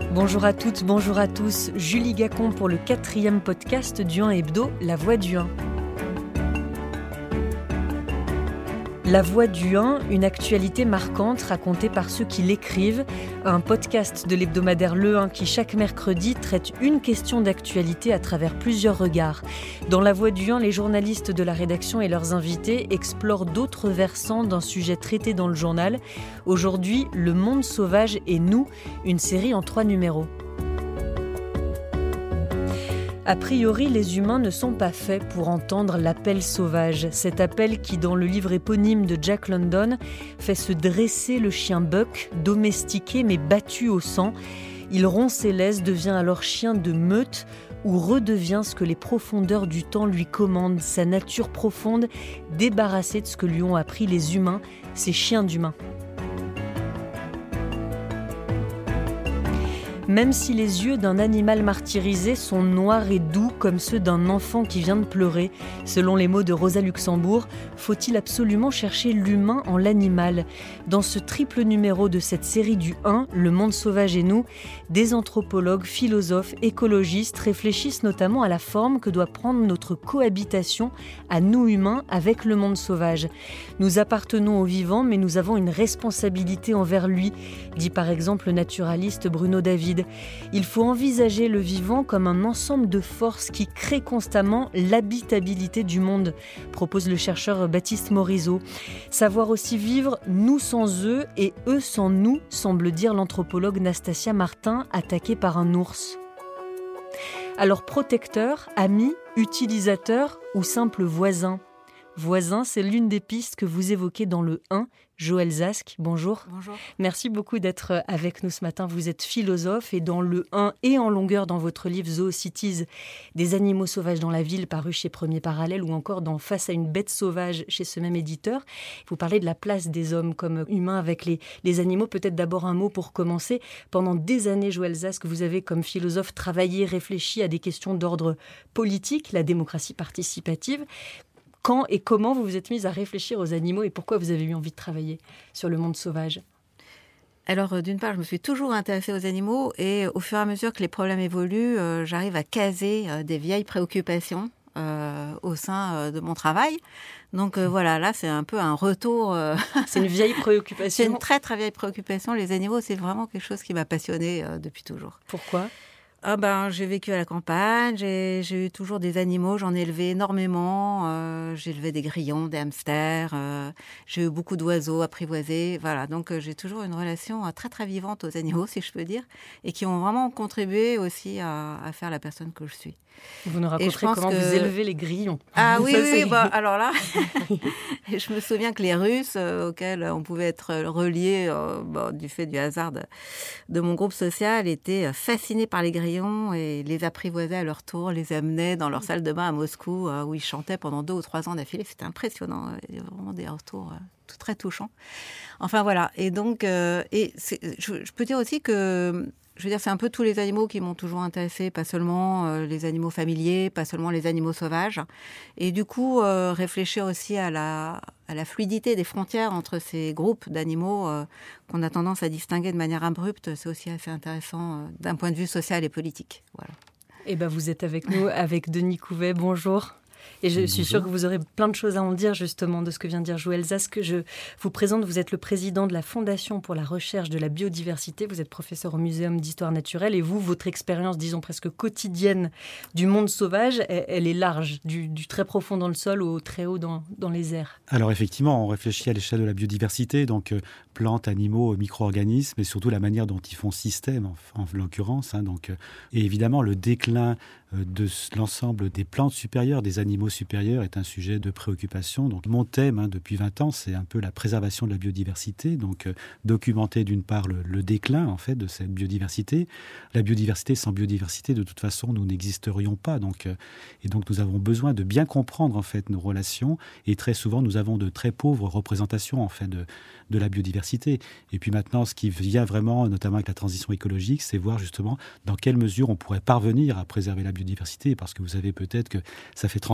Bonjour à toutes, bonjour à tous. Julie Gacon pour le 4e podcast du 1 Hebdo, La Voix du 1. La Voix du 1, une actualité marquante racontée par ceux qui l'écrivent. Un podcast de l'hebdomadaire Le 1 qui chaque mercredi traite une question d'actualité à travers plusieurs regards. Dans La Voix du 1, les journalistes de la rédaction et leurs invités explorent d'autres versants d'un sujet traité dans le journal. Aujourd'hui, Le monde sauvage et nous, une série en 3 numéros. A priori, les humains ne sont pas faits pour entendre l'appel sauvage. Cet appel qui, dans le livre éponyme de Jack London, fait se dresser le chien Buck, domestiqué mais battu au sang. Il rompt ses laisses, devient alors chien de meute ou redevient ce que les profondeurs du temps lui commandent, sa nature profonde, débarrassée de ce que lui ont appris les humains, ces chiens d'humains. Même si les yeux d'un animal martyrisé sont noirs et doux comme ceux d'un enfant qui vient de pleurer, selon les mots de Rosa Luxembourg, faut-il absolument chercher l'humain en l'animal ? Dans ce triple numéro de cette série du 1, Le monde sauvage et nous, des anthropologues, philosophes, écologistes réfléchissent notamment à la forme que doit prendre notre cohabitation à nous humains avec le monde sauvage. Nous appartenons au vivant, mais nous avons une responsabilité envers lui, dit par exemple le naturaliste Bruno David. Il faut envisager le vivant comme un ensemble de forces qui créent constamment l'habitabilité du monde, propose le chercheur Baptiste Morisot. Savoir aussi vivre nous sans eux et eux sans nous, semble dire l'anthropologue Nastasia Martin, attaquée par un ours. Alors protecteur, ami, utilisateur ou simple voisin ? Voisin, c'est l'une des pistes que vous évoquez dans le 1. Joëlle Zask, bonjour. Bonjour. Merci beaucoup d'être avec nous ce matin. Vous êtes philosophe et dans le 1 et en longueur dans votre livre Zoocities, des animaux sauvages dans la ville, paru chez Premier Parallèle, ou encore dans Face à une bête sauvage chez ce même éditeur. Vous parlez de la place des hommes comme humains avec les animaux. Peut-être d'abord un mot pour commencer. Pendant des années, Joëlle Zask, vous avez comme philosophe travaillé, réfléchi à des questions d'ordre politique, la démocratie participative. Quand et comment vous vous êtes mise à réfléchir aux animaux et pourquoi vous avez eu envie de travailler sur le monde sauvage ? Alors, d'une part, je me suis toujours intéressée aux animaux et au fur et à mesure que les problèmes évoluent, j'arrive à caser des vieilles préoccupations au sein de mon travail. Donc voilà, là, c'est un peu un retour. C'est une vieille préoccupation. C'est une très, très vieille préoccupation. Les animaux, c'est vraiment quelque chose qui m'a passionnée depuis toujours. Pourquoi ? J'ai vécu à la campagne, j'ai eu toujours des animaux, j'en ai élevé énormément. J'ai élevé des grillons, des hamsters, j'ai eu beaucoup d'oiseaux apprivoisés. Voilà, donc j'ai toujours une relation très très vivante aux animaux, si je peux dire, et qui ont vraiment contribué aussi à faire la personne que je suis. Vous nous raconterez comment vous élevez les grillons. Ah oui, alors là, je me souviens que les Russes, auxquels on pouvait être reliés du fait du hasard de mon groupe social, étaient fascinés par les grillons et les apprivoisaient à leur tour, les amenaient dans leur salle de bain à Moscou, où ils chantaient pendant 2 ou 3 ans d'affilée. C'était impressionnant, il y a vraiment des retours très touchants. Enfin voilà, et donc, je peux dire aussi que... Je veux dire, c'est un peu tous les animaux qui m'ont toujours intéressée, pas seulement les animaux familiers, pas seulement les animaux sauvages. Et du coup, réfléchir aussi à la fluidité des frontières entre ces groupes d'animaux qu'on a tendance à distinguer de manière abrupte, c'est aussi assez intéressant d'un point de vue social et politique. Voilà. Et vous êtes avec nous, avec Denis Couvet. Bonjour. Et je suis sûre que vous aurez plein de choses à en dire justement de ce que vient de dire Joëlle Zask. Je vous présente, vous êtes le président de la Fondation pour la recherche de la biodiversité. Vous êtes professeur au Muséum d'histoire naturelle et vous, votre expérience, disons presque quotidienne du monde sauvage, elle est large, du très profond dans le sol au très haut dans les airs. Alors effectivement, on réfléchit à l'échelle de la biodiversité, donc plantes, animaux, micro-organismes, et surtout la manière dont ils font système, en l'occurrence. Et évidemment, le déclin de l'ensemble des plantes supérieures, des animaux supérieurs est un sujet de préoccupation. Donc mon thème depuis 20 ans, c'est un peu la préservation de la biodiversité, donc documenter d'une part le déclin en fait de cette biodiversité. La biodiversité, sans biodiversité, de toute façon, nous n'existerions pas. Et donc nous avons besoin de bien comprendre en fait nos relations, et très souvent nous avons de très pauvres représentations en fait de la biodiversité. Et puis maintenant, ce qui vient vraiment, notamment avec la transition écologique, c'est voir justement dans quelle mesure on pourrait parvenir à préserver la biodiversité, parce que vous savez peut-être que ça fait 30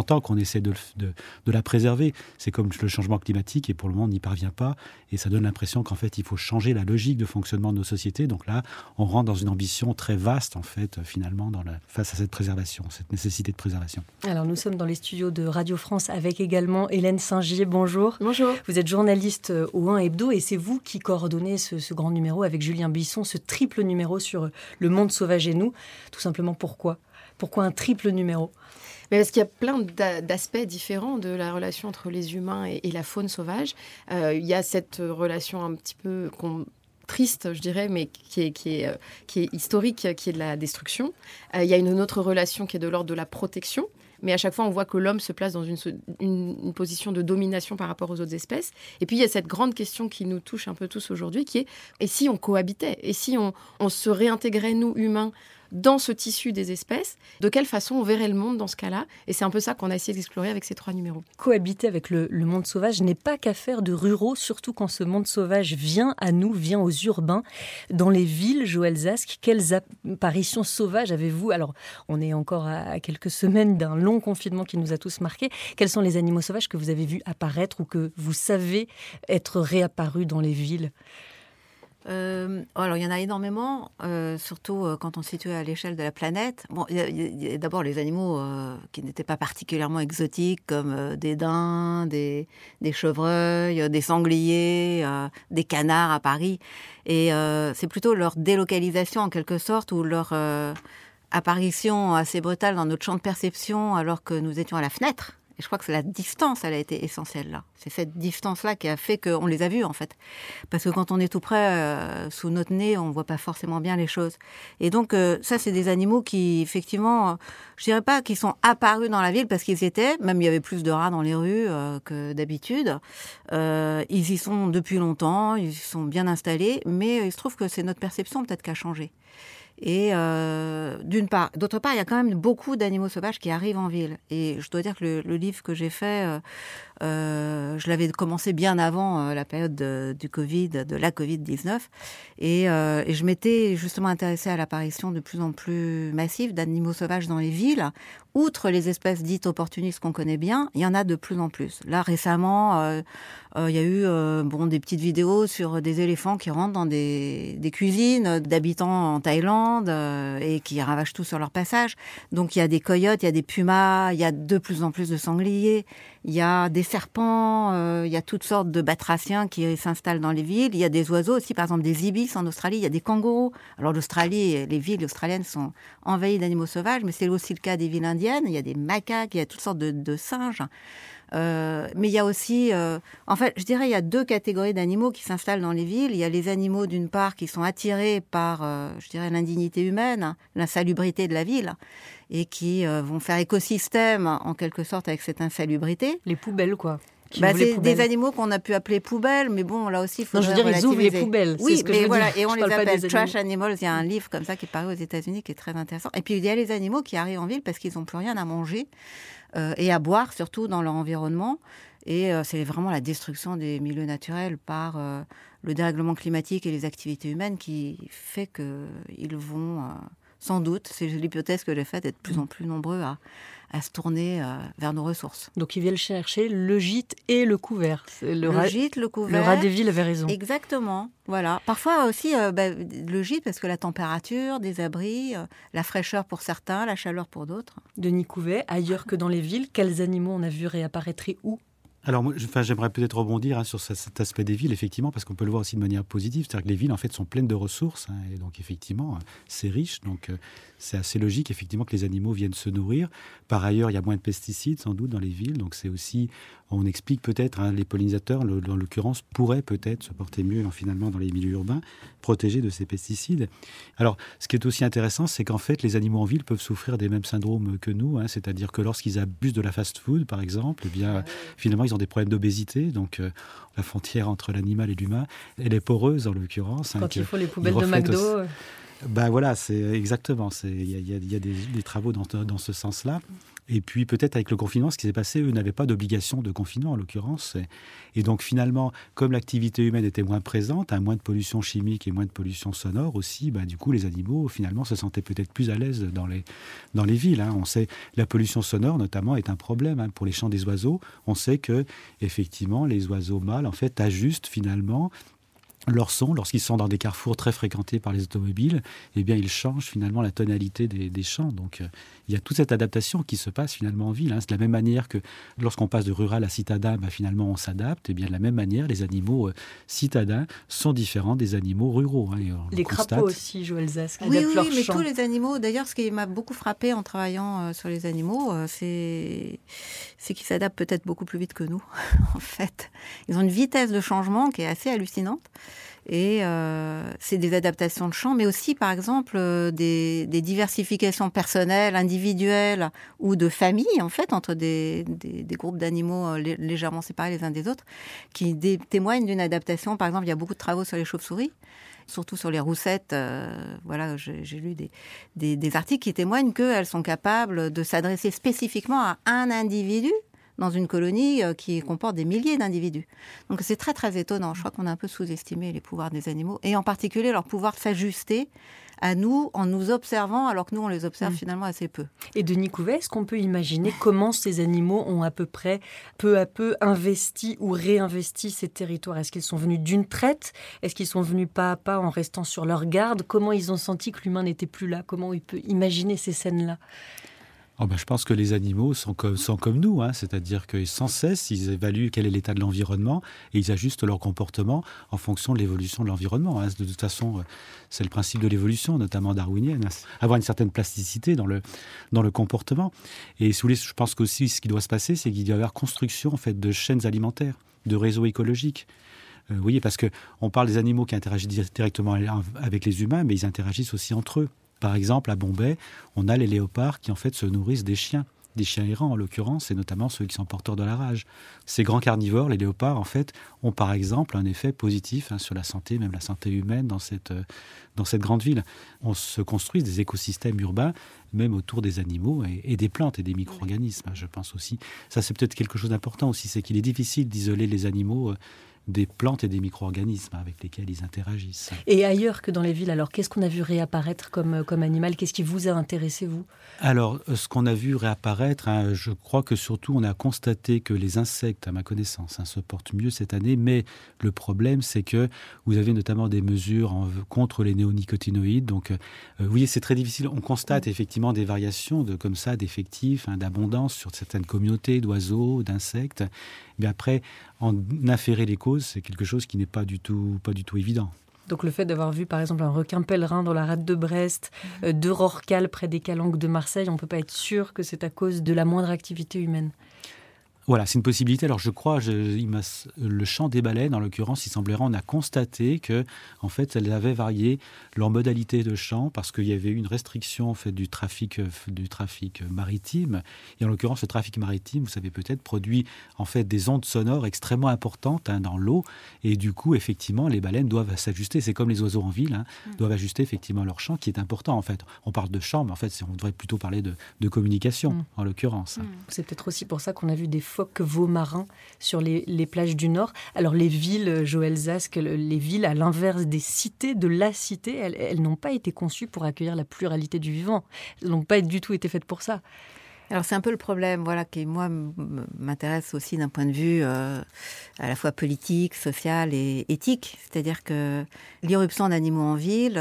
longtemps qu'on essaie de la préserver. C'est comme le changement climatique et pour le moment on n'y parvient pas et ça donne l'impression qu'en fait il faut changer la logique de fonctionnement de nos sociétés. Donc là on rentre dans une ambition très vaste en fait finalement face à cette préservation, cette nécessité de préservation. Alors nous sommes dans les studios de Radio France avec également Hélène Saint-Gier. Bonjour. Bonjour. Vous êtes journaliste au 1 Hebdo et c'est vous qui coordonnez ce grand numéro avec Julien Buisson, ce triple numéro sur le monde sauvage et nous. Tout simplement pourquoi un triple numéro ? Mais parce qu'il y a plein d'aspects différents de la relation entre les humains et la faune sauvage. Il y a cette relation un petit peu triste, je dirais, mais qui est historique, qui est de la destruction. Il y a une autre relation qui est de l'ordre de la protection. Mais à chaque fois, on voit que l'homme se place dans une position de domination par rapport aux autres espèces. Et puis, il y a cette grande question qui nous touche un peu tous aujourd'hui, qui est « et si on cohabitait ? Et si on se réintégrait, nous, humains, dans ce tissu des espèces, de quelle façon on verrait le monde dans ce cas-là ?» Et c'est un peu ça qu'on a essayé d'explorer avec ces 3 numéros. Cohabiter avec le monde sauvage n'est pas qu'affaire de ruraux, surtout quand ce monde sauvage vient à nous, vient aux urbains. Dans les villes, Joël Zask, quelles apparitions sauvages avez-vous ? Alors, on est encore à quelques semaines d'un long confinement qui nous a tous marqués. Quels sont les animaux sauvages que vous avez vus apparaître ou que vous savez être réapparus dans les villes ? Alors, il y en a énormément, surtout quand on se situe à l'échelle de la planète. Bon, il y a d'abord les animaux qui n'étaient pas particulièrement exotiques, comme des daims, des chevreuils, des sangliers, des canards à Paris. Et c'est plutôt leur délocalisation, en quelque sorte, ou leur apparition assez brutale dans notre champ de perception, alors que nous étions à la fenêtre. Et je crois que c'est la distance, elle a été essentielle là. C'est cette distance-là qui a fait qu'on les a vus en fait. Parce que quand on est tout près, sous notre nez, on ne voit pas forcément bien les choses. Et donc ça, c'est des animaux qui, effectivement, je dirais pas qu'ils sont apparus dans la ville parce qu'ils étaient, même il y avait plus de rats dans les rues que d'habitude. Ils y sont depuis longtemps, ils y sont bien installés, mais il se trouve que c'est notre perception peut-être qui a changé. Et d'une part. D'autre part, il y a quand même beaucoup d'animaux sauvages qui arrivent en ville. Et je dois dire que le livre que j'ai fait, je l'avais commencé bien avant la période du Covid, de la Covid-19. Et je m'étais justement intéressée à l'apparition de plus en plus massive d'animaux sauvages dans les villes. Outre les espèces dites opportunistes qu'on connaît bien, il y en a de plus en plus. Là, récemment, il y a eu des petites vidéos sur des éléphants qui rentrent dans des cuisines d'habitants en Thaïlande et qui ravagent tout sur leur passage. Donc, il y a des coyotes, il y a des pumas, il y a de plus en plus de sangliers, il y a des serpents, il y a toutes sortes de batraciens qui s'installent dans les villes. Il y a des oiseaux aussi, par exemple des ibis en Australie, il y a des kangourous. Alors, l'Australie, les villes australiennes sont envahies d'animaux sauvages, mais c'est aussi le cas des villes indiennes. Il y a des macaques, il y a toutes sortes de singes. Mais il y a aussi, en fait, je dirais, il y a 2 catégories d'animaux qui s'installent dans les villes. Il y a les animaux, d'une part, qui sont attirés par, je dirais, l'indignité humaine, l'insalubrité de la ville, et qui vont faire écosystème, en quelque sorte, avec cette insalubrité. Les poubelles, quoi. C'est des animaux qu'on a pu appeler poubelles, mais bon, là aussi, il faut relativiser. Ils ouvrent les poubelles. Oui, mais voilà, et on les appelle trash animals. Il y a un livre comme ça qui est paru aux États-Unis qui est très intéressant. Et puis, il y a les animaux qui arrivent en ville parce qu'ils n'ont plus rien à manger et à boire, surtout dans leur environnement. Et c'est vraiment la destruction des milieux naturels par le dérèglement climatique et les activités humaines qui fait qu'ils vont, sans doute, c'est l'hypothèse que j'ai faite, être de plus en plus nombreux à se tourner vers nos ressources. Donc ils viennent chercher le gîte et le couvert. Gîte, le couvert. Le rat des villes avait raison. Exactement, voilà. Parfois aussi le gîte parce que la température, des abris, la fraîcheur pour certains, la chaleur pour d'autres. Denis Couvet, ailleurs que dans les villes, quels animaux on a vu réapparaître et où ? Alors, j'aimerais peut-être rebondir sur cet aspect des villes, effectivement, parce qu'on peut le voir aussi de manière positive. C'est-à-dire que les villes, en fait, sont pleines de ressources. Et donc, effectivement, c'est riche. Donc, c'est assez logique, effectivement, que les animaux viennent se nourrir. Par ailleurs, il y a moins de pesticides, sans doute, dans les villes. Donc, c'est aussi, on explique peut-être, les pollinisateurs, en l'occurrence, pourraient peut-être se porter mieux, finalement, dans les milieux urbains, protégés de ces pesticides. Alors, ce qui est aussi intéressant, c'est qu'en fait, les animaux en ville peuvent souffrir des mêmes syndromes que nous. C'est-à-dire que lorsqu'ils abusent de la fast-food, par exemple, eh bien, finalement, ils ont des problèmes d'obésité, donc la frontière entre l'animal et l'humain, elle est poreuse en l'occurrence. Quand il faut les poubelles de McDo. Voilà, c'est exactement. Il y a des travaux dans ce sens-là. Et puis peut-être avec le confinement, ce qui s'est passé, eux n'avaient pas d'obligation de confinement en l'occurrence. Et donc finalement, comme l'activité humaine était moins présente, moins de pollution chimique et moins de pollution sonore aussi, du coup les animaux finalement se sentaient peut-être plus à l'aise dans les villes. On sait la pollution sonore notamment est un problème pour les chants des oiseaux. On sait que effectivement les oiseaux mâles en fait ajustent finalement leur son, lorsqu'ils sont dans des carrefours très fréquentés par les automobiles, eh bien, ils changent finalement la tonalité des chants. Donc, il y a toute cette adaptation qui se passe finalement en ville. C'est de la même manière que lorsqu'on passe de rural à citadin, finalement, on s'adapte. Et bien, de la même manière, les animaux citadins sont différents des animaux ruraux. Les crapauds aussi, Joël Zask, oui, adaptent leur mais chant. tous les animaux. D'ailleurs, ce qui m'a beaucoup frappé en travaillant sur les animaux, c'est qu'ils s'adaptent peut-être beaucoup plus vite que nous, en fait. Ils ont une vitesse de changement qui est assez hallucinante. Et c'est des adaptations de chant, mais aussi, par exemple, des diversifications personnelles, individuelles ou de famille, en fait, entre des groupes d'animaux légèrement séparés les uns des autres, qui témoignent d'une adaptation. Par exemple, il y a beaucoup de travaux sur les chauves-souris, surtout sur les roussettes. Voilà, j'ai lu des articles qui témoignent qu'elles sont capables de s'adresser spécifiquement à un individu dans une colonie qui comporte des milliers d'individus. Donc c'est très très étonnant. Je crois qu'on a un peu sous-estimé les pouvoirs des animaux, et en particulier leur pouvoir s'ajuster à nous en nous observant, alors que nous on les observe finalement assez peu. Et Denis Couvet, est-ce qu'on peut imaginer comment ces animaux ont à peu près, peu à peu, investi ou réinvesti ces territoires? Est-ce qu'ils sont venus d'une traite? Est-ce qu'ils sont venus pas à pas en restant sur leur garde? Comment ils ont senti que l'humain n'était plus là? Comment il peut imaginer ces scènes-là? Je pense que les animaux sont comme nous, c'est-à-dire que sans cesse, ils évaluent quel est l'état de l'environnement et ils ajustent leur comportement en fonction de l'évolution de l'environnement. De toute façon, c'est le principe de l'évolution, notamment darwinienne, avoir une certaine plasticité dans le comportement. Et si vous voulez, je pense qu'aussi, ce qui doit se passer, c'est qu'il doit y avoir construction en fait, de chaînes alimentaires, de réseaux écologiques. Vous voyez, parce qu'on parle des animaux qui interagissent directement avec les humains, mais ils interagissent aussi entre eux. Par exemple, à Bombay, on a les léopards qui en fait se nourrissent des chiens errants en l'occurrence, et notamment ceux qui sont porteurs de la rage. Ces grands carnivores, les léopards, en fait, ont par exemple un effet positif sur la santé, même la santé humaine dans cette grande ville. On se construit des écosystèmes urbains, même autour des animaux et des plantes et des micro-organismes, je pense aussi. Ça, c'est peut-être quelque chose d'important aussi, c'est qu'il est difficile d'isoler les animaux des plantes et des micro-organismes avec lesquels ils interagissent. Et ailleurs que dans les villes, alors qu'est-ce qu'on a vu réapparaître comme animal? Qu'est-ce qui vous a intéressé, vous? Alors, ce qu'on a vu réapparaître, je crois que surtout on a constaté que les insectes, à ma connaissance, se portent mieux cette année, mais le problème c'est que vous avez notamment des mesures contre les néonicotinoïdes, donc vous voyez c'est très difficile, on constate effectivement des variations d'effectifs, d'abondance sur certaines communautés d'oiseaux, d'insectes, mais après en inférer les causes, c'est quelque chose qui n'est pas du tout évident. Donc le fait d'avoir vu par exemple un requin pèlerin dans la rade de Brest, deux rorquals près des calanques de Marseille, on ne peut pas être sûr que c'est à cause de la moindre activité humaine. Voilà, c'est une possibilité. Alors je crois, le chant des baleines, en l'occurrence, il semblerait, on a constaté que, en fait, elles avaient varié leur modalité de chant parce qu'il y avait eu une restriction en fait du trafic maritime. Et en l'occurrence, le trafic maritime, vous savez peut-être, produit en fait des ondes sonores extrêmement importantes dans l'eau. Et du coup, effectivement, les baleines doivent s'ajuster. C'est comme les oiseaux en ville, doivent ajuster effectivement leur chant, qui est important en fait. On parle de chant, mais en fait, on devrait plutôt parler de communication, en l'occurrence. C'est peut-être aussi pour ça qu'on a vu des phoques veaux-marins sur les plages du Nord. Alors les villes, Joël Zask, les villes à l'inverse des cités, de la cité, elles n'ont pas été conçues pour accueillir la pluralité du vivant. Elles n'ont pas du tout été faites pour ça. Alors c'est un peu le problème, qui moi m'intéresse aussi d'un point de vue à la fois politique, social et éthique. C'est-à-dire que l'irruption d'animaux en ville,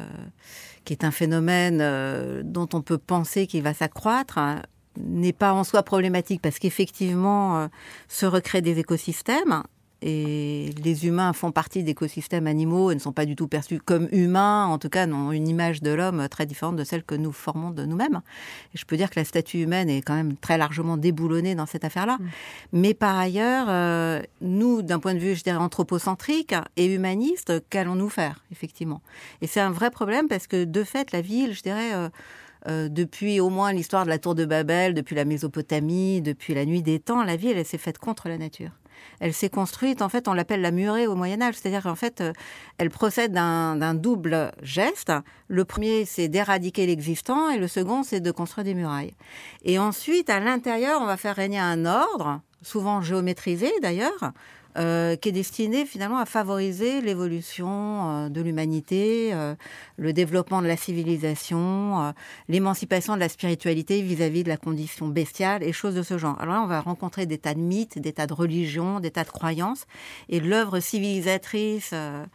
qui est un phénomène dont on peut penser qu'il va s'accroître, n'est pas en soi problématique parce qu'effectivement se recréent des écosystèmes et les humains font partie d'écosystèmes animaux et ne sont pas du tout perçus comme humains, en tout cas n'ont une image de l'homme très différente de celle que nous formons de nous-mêmes. Et je peux dire que la statue humaine est quand même très largement déboulonnée dans cette affaire-là. Mais par ailleurs, nous, d'un point de vue, je dirais, anthropocentrique et humaniste, qu'allons-nous faire, effectivement? Et c'est un vrai problème parce que, de fait, la ville, je dirais... depuis au moins l'histoire de la tour de Babel, depuis la Mésopotamie, depuis la nuit des temps, la ville, elle s'est faite contre la nature. Elle s'est construite, en fait, on l'appelle la murée au Moyen-Âge. C'est-à-dire qu'en fait, elle procède d'un double geste. Le premier, c'est d'éradiquer l'existant, et le second, c'est de construire des murailles. Et ensuite, à l'intérieur, on va faire régner un ordre, souvent géométrisé d'ailleurs, qui est destiné finalement à favoriser l'évolution de l'humanité, le développement de la civilisation, l'émancipation de la spiritualité vis-à-vis de la condition bestiale et choses de ce genre. Alors là, on va rencontrer des tas de mythes, des tas de religions, des tas de croyances, et l'œuvre civilisatrice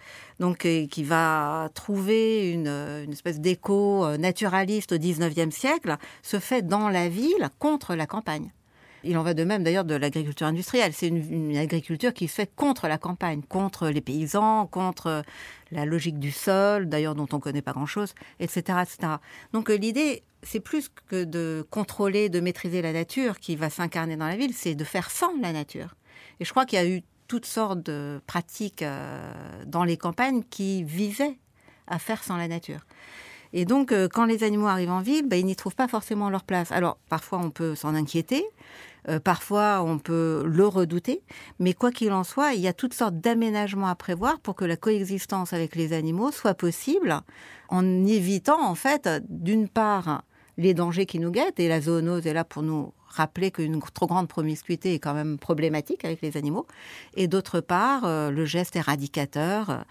qui va trouver une espèce d'écho naturaliste au XIXe siècle se fait dans la ville contre la campagne. Il en va de même d'ailleurs de l'agriculture industrielle. C'est une agriculture qui se fait contre la campagne, contre les paysans, contre la logique du sol, d'ailleurs dont on ne connaît pas grand-chose, etc., etc. Donc l'idée, c'est plus que de contrôler, de maîtriser la nature qui va s'incarner dans la ville, c'est de faire sans la nature. Et je crois qu'il y a eu toutes sortes de pratiques dans les campagnes qui visaient à faire sans la nature. Et donc, quand les animaux arrivent en ville, ils n'y trouvent pas forcément leur place. Alors, parfois, on peut s'en inquiéter, parfois, on peut le redouter, mais quoi qu'il en soit, il y a toutes sortes d'aménagements à prévoir pour que la coexistence avec les animaux soit possible, en évitant, en fait, d'une part, les dangers qui nous guettent, et la zoonose est là pour nous rappeler qu'une trop grande promiscuité est quand même problématique avec les animaux, et d'autre part, le geste éradicateur,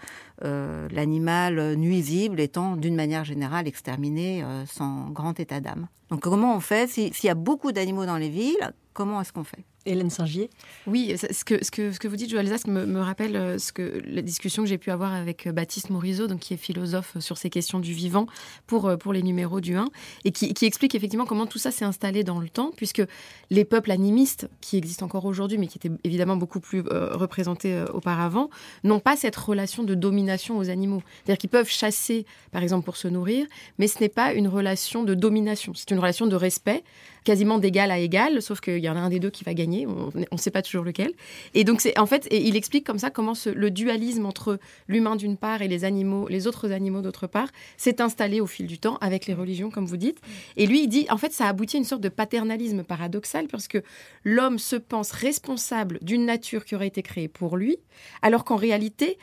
l'animal nuisible étant d'une manière générale exterminé sans grand état d'âme. Donc comment on fait s'il y a beaucoup d'animaux dans les villes, comment est-ce qu'on fait ? Hélène Singier. Oui, ce que vous dites, Joël Zask, me rappelle la discussion que j'ai pu avoir avec Baptiste Morisot, donc, qui est philosophe sur ces questions du vivant pour les numéros du 1, et qui explique effectivement comment tout ça s'est installé dans le temps, puisque les peuples animistes, qui existent encore aujourd'hui, mais qui étaient évidemment beaucoup plus représentés auparavant, n'ont pas cette relation de domination aux animaux. C'est-à-dire qu'ils peuvent chasser, par exemple, pour se nourrir, mais ce n'est pas une relation de domination, c'est une relation de respect, quasiment d'égal à égal, sauf qu'il y en a un des deux qui va gagner, on ne sait pas toujours lequel. Et donc, il explique comme ça comment le dualisme entre l'humain d'une part et les autres animaux d'autre part s'est installé au fil du temps avec les religions, comme vous dites. Et lui, il dit, en fait, ça aboutit à une sorte de paternalisme paradoxal parce que l'homme se pense responsable d'une nature qui aurait été créée pour lui, alors qu'en réalité,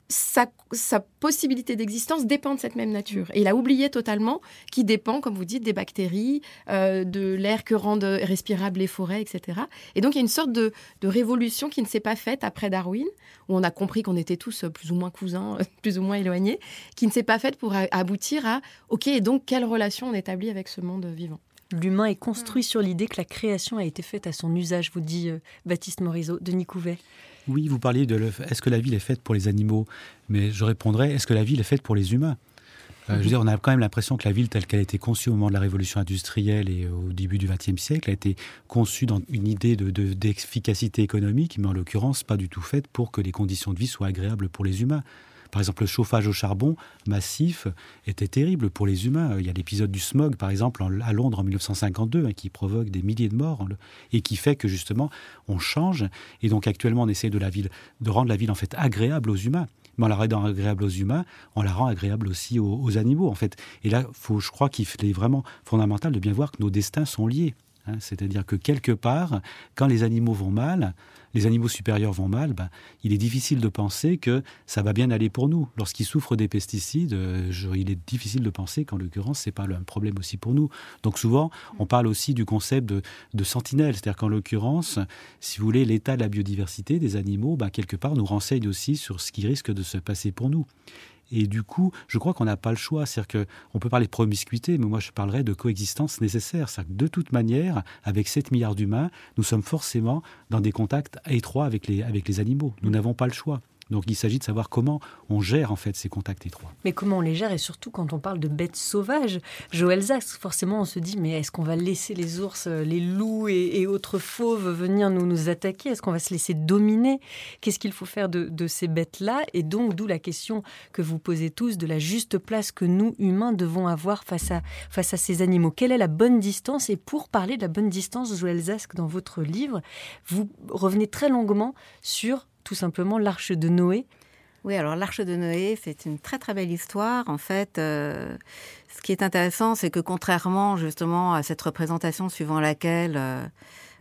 sa possibilité d'existence dépend de cette même nature. Et il a oublié totalement qu'il dépend, comme vous dites, des bactéries, de l'air que rendent respirables les forêts, etc. Et donc, il y a une sorte de révolution qui ne s'est pas faite après Darwin, où on a compris qu'on était tous plus ou moins cousins, plus ou moins éloignés, qui ne s'est pas faite pour aboutir à « OK, et donc, quelle relation on établit avec ce monde vivant ?» L'humain est construit sur l'idée que la création a été faite à son usage, vous dit Baptiste Morisot. Denis Couvet. Oui, vous parliez est-ce que la ville est faite pour les animaux ? Mais je répondrais, est-ce que la ville est faite pour les humains ? Je veux dire, on a quand même l'impression que la ville telle qu'elle a été conçue au moment de la révolution industrielle et au début du XXe siècle a été conçue dans une idée d'efficacité économique, mais en l'occurrence pas du tout faite pour que les conditions de vie soient agréables pour les humains. Par exemple, le chauffage au charbon massif était terrible pour les humains. Il y a l'épisode du smog, par exemple, à Londres en 1952, qui provoque des milliers de morts et qui fait que, justement, on change. Et donc, actuellement, on essaie de rendre la ville, en fait, agréable aux humains. Mais en la rendant agréable aux humains, on la rend agréable aussi aux animaux, en fait. Et là, je crois qu'il est vraiment fondamental de bien voir que nos destins sont liés. C'est-à-dire que quelque part, quand les animaux vont mal, les animaux supérieurs vont mal, il est difficile de penser que ça va bien aller pour nous. Lorsqu'ils souffrent des pesticides, il est difficile de penser qu'en l'occurrence, c'est pas un problème aussi pour nous. Donc souvent, on parle aussi du concept de sentinelle, c'est-à-dire qu'en l'occurrence, si vous voulez, l'état de la biodiversité des animaux, quelque part, nous renseigne aussi sur ce qui risque de se passer pour nous. Et du coup, je crois qu'on n'a pas le choix. C'est-à-dire qu'on peut parler de promiscuité, mais moi je parlerais de coexistence nécessaire. C'est-à-dire que de toute manière, avec 7 milliards d'humains, nous sommes forcément dans des contacts étroits avec les animaux. Nous n'avons pas le choix. Donc il s'agit de savoir comment on gère en fait ces contacts étroits. Mais comment on les gère, et surtout quand on parle de bêtes sauvages. Joël Zask, forcément on se dit, mais est-ce qu'on va laisser les ours, les loups et autres fauves venir nous attaquer ? Est-ce qu'on va se laisser dominer ? Qu'est-ce qu'il faut faire de ces bêtes-là ? Et donc d'où la question que vous posez tous de la juste place que nous, humains, devons avoir face à ces animaux. Quelle est la bonne distance ? Et pour parler de la bonne distance, Joël Zask, dans votre livre, vous revenez très longuement sur tout simplement l'Arche de Noé. Oui, alors l'Arche de Noé, c'est une très très belle histoire. En fait, ce qui est intéressant, c'est que contrairement justement à cette représentation suivant laquelle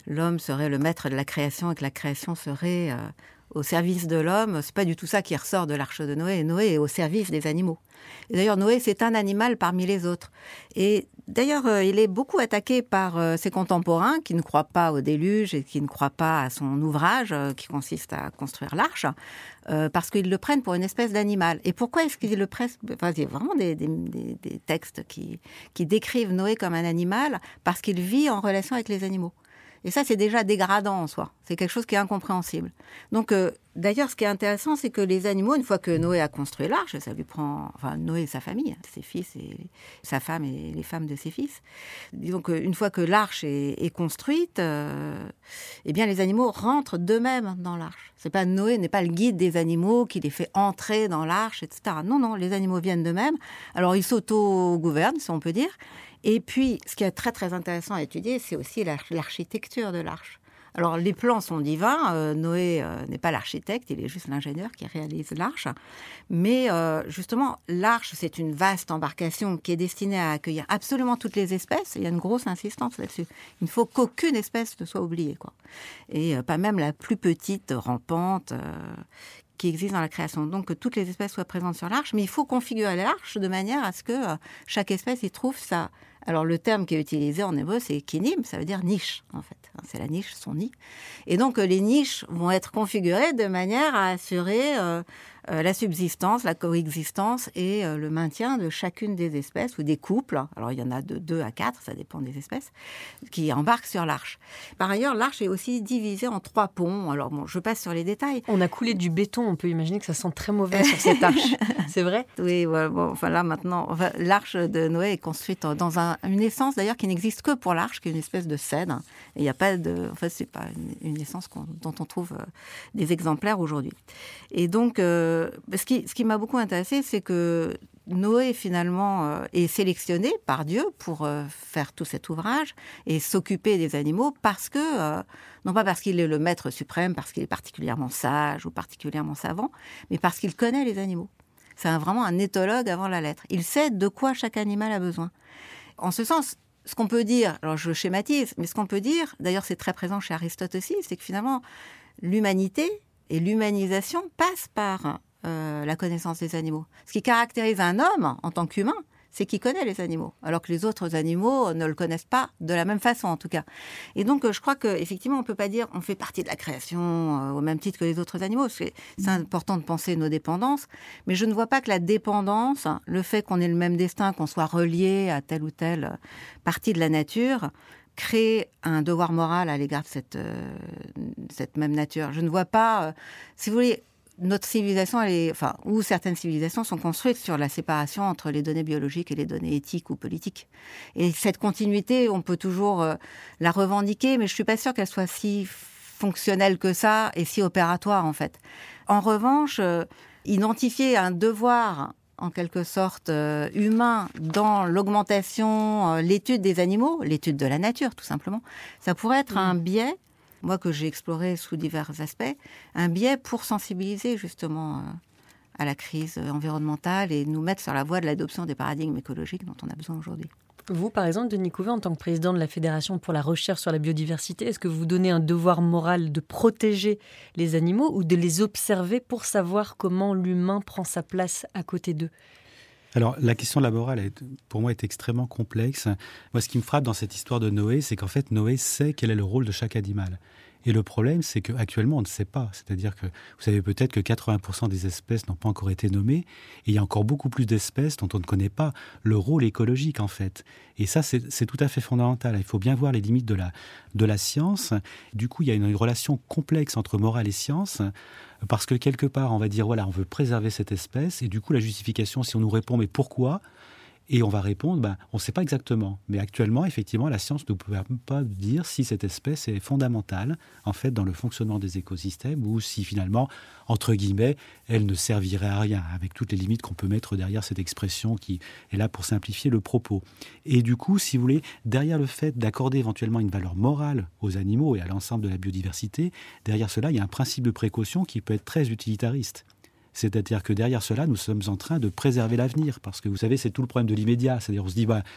l'homme serait le maître de la création et que la création serait au service de l'homme. C'est pas du tout ça qui ressort de l'arche de Noé. Noé est au service des animaux. Et d'ailleurs, Noé, c'est un animal parmi les autres. Et d'ailleurs, il est beaucoup attaqué par ses contemporains qui ne croient pas au déluge et qui ne croient pas à son ouvrage qui consiste à construire l'arche, parce qu'ils le prennent pour une espèce d'animal. Et pourquoi est-ce qu'ils le prennent? Il y a vraiment des textes qui décrivent Noé comme un animal parce qu'il vit en relation avec les animaux. Et ça, c'est déjà dégradant en soi. C'est quelque chose qui est incompréhensible. Donc, d'ailleurs, ce qui est intéressant, c'est que les animaux, une fois que Noé a construit l'arche, ça lui prend... Enfin, Noé et sa famille, ses fils et sa femme et les femmes de ses fils. Donc, une fois que l'arche est construite, eh bien, les animaux rentrent d'eux-mêmes dans l'arche. C'est pas Noé n'est pas le guide des animaux qui les fait entrer dans l'arche, etc. Non, les animaux viennent d'eux-mêmes. Alors, ils s'auto-gouvernent, si on peut dire. Et puis, ce qui est très, très intéressant à étudier, c'est aussi l'architecture de l'arche. Alors, les plans sont divins. Noé n'est pas l'architecte, il est juste l'ingénieur qui réalise l'arche. Mais justement, l'arche, c'est une vaste embarcation qui est destinée à accueillir absolument toutes les espèces. Il y a une grosse insistance là-dessus. Il ne faut qu'aucune espèce ne soit oubliée, quoi. Et pas même la plus petite rampante qui existe dans la création. Donc, que toutes les espèces soient présentes sur l'arche. Mais il faut configurer l'arche de manière à ce que chaque espèce y trouve sa... Alors, le terme qui est utilisé en hébreu, c'est kinim, ça veut dire niche, en fait. C'est la niche, son nid. Et donc, les niches vont être configurées de manière à assurer la subsistance, la coexistence et le maintien de chacune des espèces ou des couples. Alors, il y en a de 2 à 4, ça dépend des espèces, qui embarquent sur l'arche. Par ailleurs, l'arche est aussi divisée en 3 ponts. Alors, bon, je passe sur les détails. On a coulé du béton, on peut imaginer que ça sent très mauvais sur cette arche. C'est vrai? Oui, ouais, bon, enfin là, maintenant, l'arche de Noé est construite dans une essence, d'ailleurs, qui n'existe que pour l'arche, qui est une espèce de cèdre. Et il n'y a pas de... En fait, c'est pas une essence dont on trouve des exemplaires aujourd'hui. Et donc... ce qui m'a beaucoup intéressé, c'est que Noé, finalement, est sélectionné par Dieu pour faire tout cet ouvrage et s'occuper des animaux parce que, non pas parce qu'il est le maître suprême, parce qu'il est particulièrement sage ou particulièrement savant, mais parce qu'il connaît les animaux. C'est vraiment un éthologue avant la lettre. Il sait de quoi chaque animal a besoin. En ce sens, ce qu'on peut dire, alors je schématise, mais ce qu'on peut dire, d'ailleurs c'est très présent chez Aristote aussi, c'est que finalement, l'humanité et l'humanisation passent par... la connaissance des animaux. Ce qui caractérise un homme en tant qu'humain, c'est qu'il connaît les animaux, alors que les autres animaux ne le connaissent pas de la même façon, en tout cas. Et donc, je crois qu'effectivement, on ne peut pas dire on fait partie de la création au même titre que les autres animaux. C'est important de penser nos dépendances, mais je ne vois pas que la dépendance, le fait qu'on ait le même destin, qu'on soit relié à telle ou telle partie de la nature, crée un devoir moral à l'égard de cette même nature. Je ne vois pas, si vous voulez... Notre civilisation, ou certaines civilisations sont construites sur la séparation entre les données biologiques et les données éthiques ou politiques. Et cette continuité, on peut toujours la revendiquer, mais je suis pas sûre qu'elle soit si fonctionnelle que ça et si opératoire, en fait. En revanche, identifier un devoir, en quelque sorte, humain dans l'augmentation, l'étude des animaux, l'étude de la nature, tout simplement, ça pourrait être un biais, moi que j'ai exploré sous divers aspects, un biais pour sensibiliser justement à la crise environnementale et nous mettre sur la voie de l'adoption des paradigmes écologiques dont on a besoin aujourd'hui. Vous, par exemple, Denis Couvé, en tant que président de la Fédération pour la recherche sur la biodiversité, est-ce que vous donnez un devoir moral de protéger les animaux ou de les observer pour savoir comment l'humain prend sa place à côté d'eux ? Alors, la question de la morale, pour moi, est extrêmement complexe. Moi, ce qui me frappe dans cette histoire de Noé, c'est qu'en fait, Noé sait quel est le rôle de chaque animal. Et le problème, c'est qu'actuellement, on ne sait pas. C'est-à-dire que vous savez peut-être que 80% des espèces n'ont pas encore été nommées. Et il y a encore beaucoup plus d'espèces dont on ne connaît pas le rôle écologique, en fait. Et ça, c'est tout à fait fondamental. Il faut bien voir les limites de la science. Du coup, il y a une relation complexe entre morale et science. Parce que quelque part, on va dire, voilà, on veut préserver cette espèce. Et du coup, la justification, si on nous répond, mais pourquoi ? Et on va répondre, on ne sait pas exactement. Mais actuellement, effectivement, la science ne peut pas dire si cette espèce est fondamentale, en fait, dans le fonctionnement des écosystèmes, ou si finalement, entre guillemets, elle ne servirait à rien, avec toutes les limites qu'on peut mettre derrière cette expression qui est là pour simplifier le propos. Et du coup, si vous voulez, derrière le fait d'accorder éventuellement une valeur morale aux animaux et à l'ensemble de la biodiversité, derrière cela, il y a un principe de précaution qui peut être très utilitariste. C'est-à-dire que derrière cela, nous sommes en train de préserver l'avenir. Parce que vous savez, c'est tout le problème de l'immédiat. C'est-à-dire on se dit,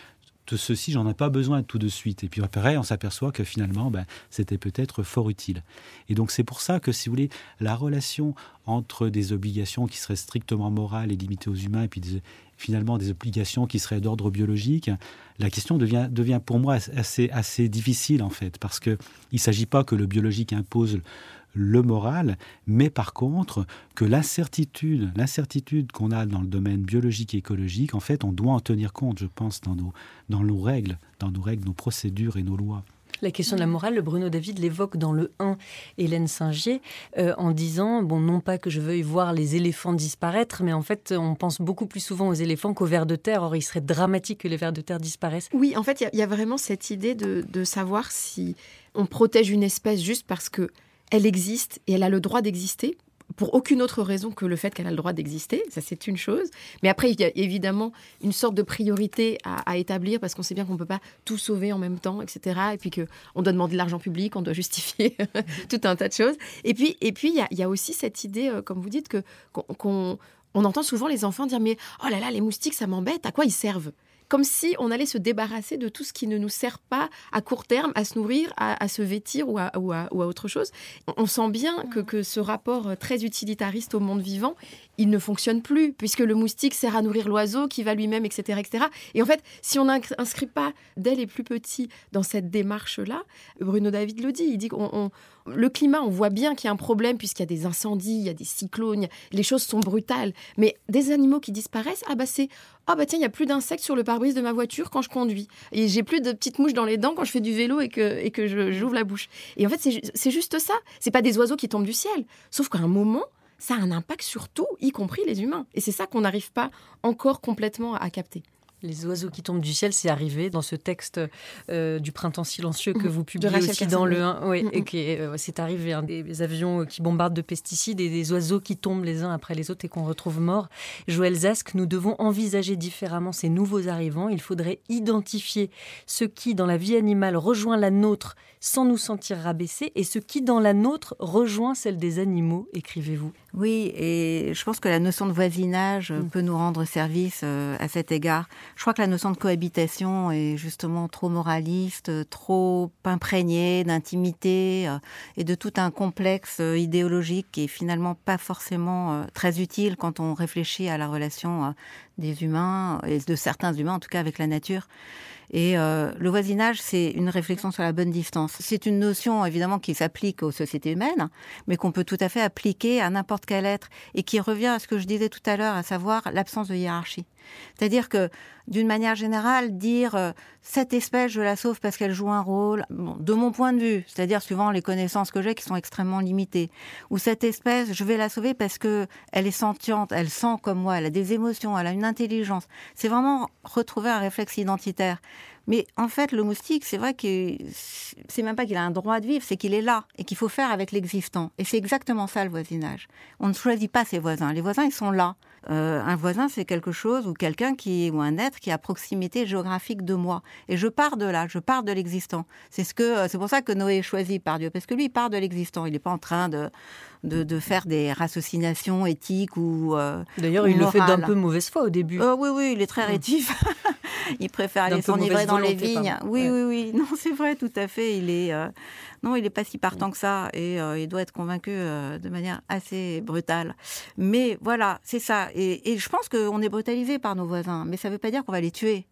ceci, j'en ai pas besoin tout de suite. Et puis après, on s'aperçoit que finalement, c'était peut-être fort utile. Et donc c'est pour ça que, si vous voulez, la relation entre des obligations qui seraient strictement morales et limitées aux humains, et puis finalement des obligations qui seraient d'ordre biologique, la question devient pour moi assez difficile en fait, parce qu'il ne s'agit pas que le biologique impose le moral, mais par contre que l'incertitude qu'on a dans le domaine biologique et écologique, en fait, on doit en tenir compte, je pense, dans nos règles, nos procédures et nos lois. La question de la morale, Bruno David l'évoque dans le 1, Hélène Singier, en disant, non pas que je veuille voir les éléphants disparaître, mais en fait, on pense beaucoup plus souvent aux éléphants qu'aux vers de terre. Or, il serait dramatique que les vers de terre disparaissent. Oui, en fait, il y a vraiment cette idée de savoir si on protège une espèce juste parce qu'elle existe et elle a le droit d'exister, pour aucune autre raison que le fait qu'elle a le droit d'exister. Ça, c'est une chose. Mais après, il y a évidemment une sorte de priorité à établir, parce qu'on sait bien qu'on ne peut pas tout sauver en même temps, etc. Et puis qu'on doit demander de l'argent public, on doit justifier tout un tas de choses. Et puis il y a aussi cette idée, comme vous dites, qu'on entend souvent les enfants dire « Mais oh là là, les moustiques, ça m'embête, à quoi ils servent ?» Comme si on allait se débarrasser de tout ce qui ne nous sert pas à court terme, à se nourrir, à se vêtir ou à autre chose. On sent bien que ce rapport très utilitariste au monde vivant, il ne fonctionne plus, puisque le moustique sert à nourrir l'oiseau qui va lui-même, etc., etc. Et en fait, si on n'inscrit pas dès les plus petits dans cette démarche-là, Bruno David le dit, il dit le climat, on voit bien qu'il y a un problème, puisqu'il y a des incendies, il y a des cyclones, les choses sont brutales. Mais des animaux qui disparaissent, tiens, il n'y a plus d'insectes sur le pare-brise de ma voiture quand je conduis. Et j'ai plus de petites mouches dans les dents quand je fais du vélo et que j'ouvre la bouche. Et en fait, c'est juste ça. C'est pas des oiseaux qui tombent du ciel. Sauf qu'à un moment, ça a un impact sur tout, y compris les humains. Et c'est ça qu'on n'arrive pas encore complètement à capter. Les oiseaux qui tombent du ciel, c'est arrivé dans ce texte du Printemps silencieux que vous publiez aussi dans le 1. Oui, et c'est arrivé, des avions qui bombardent de pesticides et des oiseaux qui tombent les uns après les autres et qu'on retrouve morts. Joël Zask, nous devons envisager différemment ces nouveaux arrivants. Il faudrait identifier ce qui, dans la vie animale, rejoint la nôtre sans nous sentir rabaissés, et ce qui, dans la nôtre, rejoint celle des animaux, écrivez-vous. Oui, et je pense que la notion de voisinage peut nous rendre service à cet égard. Je crois que la notion de cohabitation est justement trop moraliste, trop imprégnée d'intimité et de tout un complexe idéologique qui est finalement pas forcément très utile quand on réfléchit à la relation des humains, et de certains humains en tout cas, avec la nature. Et le voisinage, c'est une réflexion sur la bonne distance. C'est une notion, évidemment, qui s'applique aux sociétés humaines, mais qu'on peut tout à fait appliquer à n'importe quel être, et qui revient à ce que je disais tout à l'heure, à savoir l'absence de hiérarchie. C'est-à-dire que, d'une manière générale, dire cette espèce, je la sauve parce qu'elle joue un rôle, de mon point de vue, c'est-à-dire suivant les connaissances que j'ai qui sont extrêmement limitées, ou cette espèce, je vais la sauver parce que elle est sentiente, elle sent comme moi, elle a des émotions, elle a une intelligence. C'est vraiment retrouver un réflexe identitaire. Mais en fait, le moustique, c'est vrai que c'est même pas qu'il a un droit de vivre, c'est qu'il est là et qu'il faut faire avec l'existant. Et c'est exactement ça, le voisinage. On ne choisit pas ses voisins. Les voisins, ils sont là. Un voisin, c'est quelque chose ou quelqu'un ou un être qui est à proximité géographique de moi. Et je pars de là, je pars de l'existant. C'est pour ça que Noé est choisi par Dieu, parce que lui, il part de l'existant. Il n'est pas en train de faire des ratiocinations éthiques ou D'ailleurs, il le fait d'un peu mauvaise foi au début. Oui, il est très rétif. Il préfère aller s'enivrer dans les vignes. Oui. Non, c'est vrai, tout à fait. Il est pas si partant que ça, et il doit être convaincu de manière assez brutale. Mais voilà, c'est ça. Et je pense qu'on est brutalisé par nos voisins, mais ça ne veut pas dire qu'on va les tuer.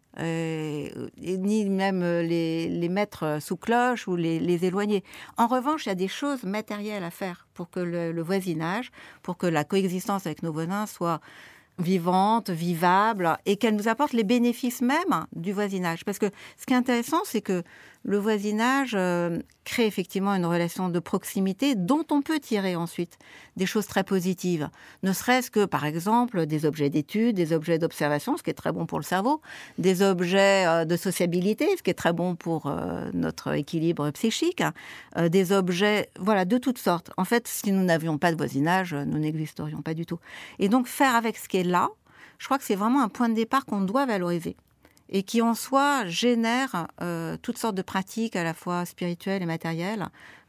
Ni même les mettre sous cloche ou les éloigner. En revanche, il y a des choses matérielles à faire pour que le voisinage, pour que la coexistence avec nos voisins soit vivante, vivable, et qu'elle nous apporte les bénéfices même du voisinage. Parce que ce qui est intéressant, c'est que le voisinage crée effectivement une relation de proximité dont on peut tirer ensuite des choses très positives. Ne serait-ce que, par exemple, des objets d'étude, des objets d'observation, ce qui est très bon pour le cerveau, des objets de sociabilité, ce qui est très bon pour notre équilibre psychique, des objets, de toutes sortes. En fait, si nous n'avions pas de voisinage, nous n'existerions pas du tout. Et donc, faire avec ce qui est là, je crois que c'est vraiment un point de départ qu'on doit valoriser, et qui en soi génère toutes sortes de pratiques à la fois spirituelles et matérielles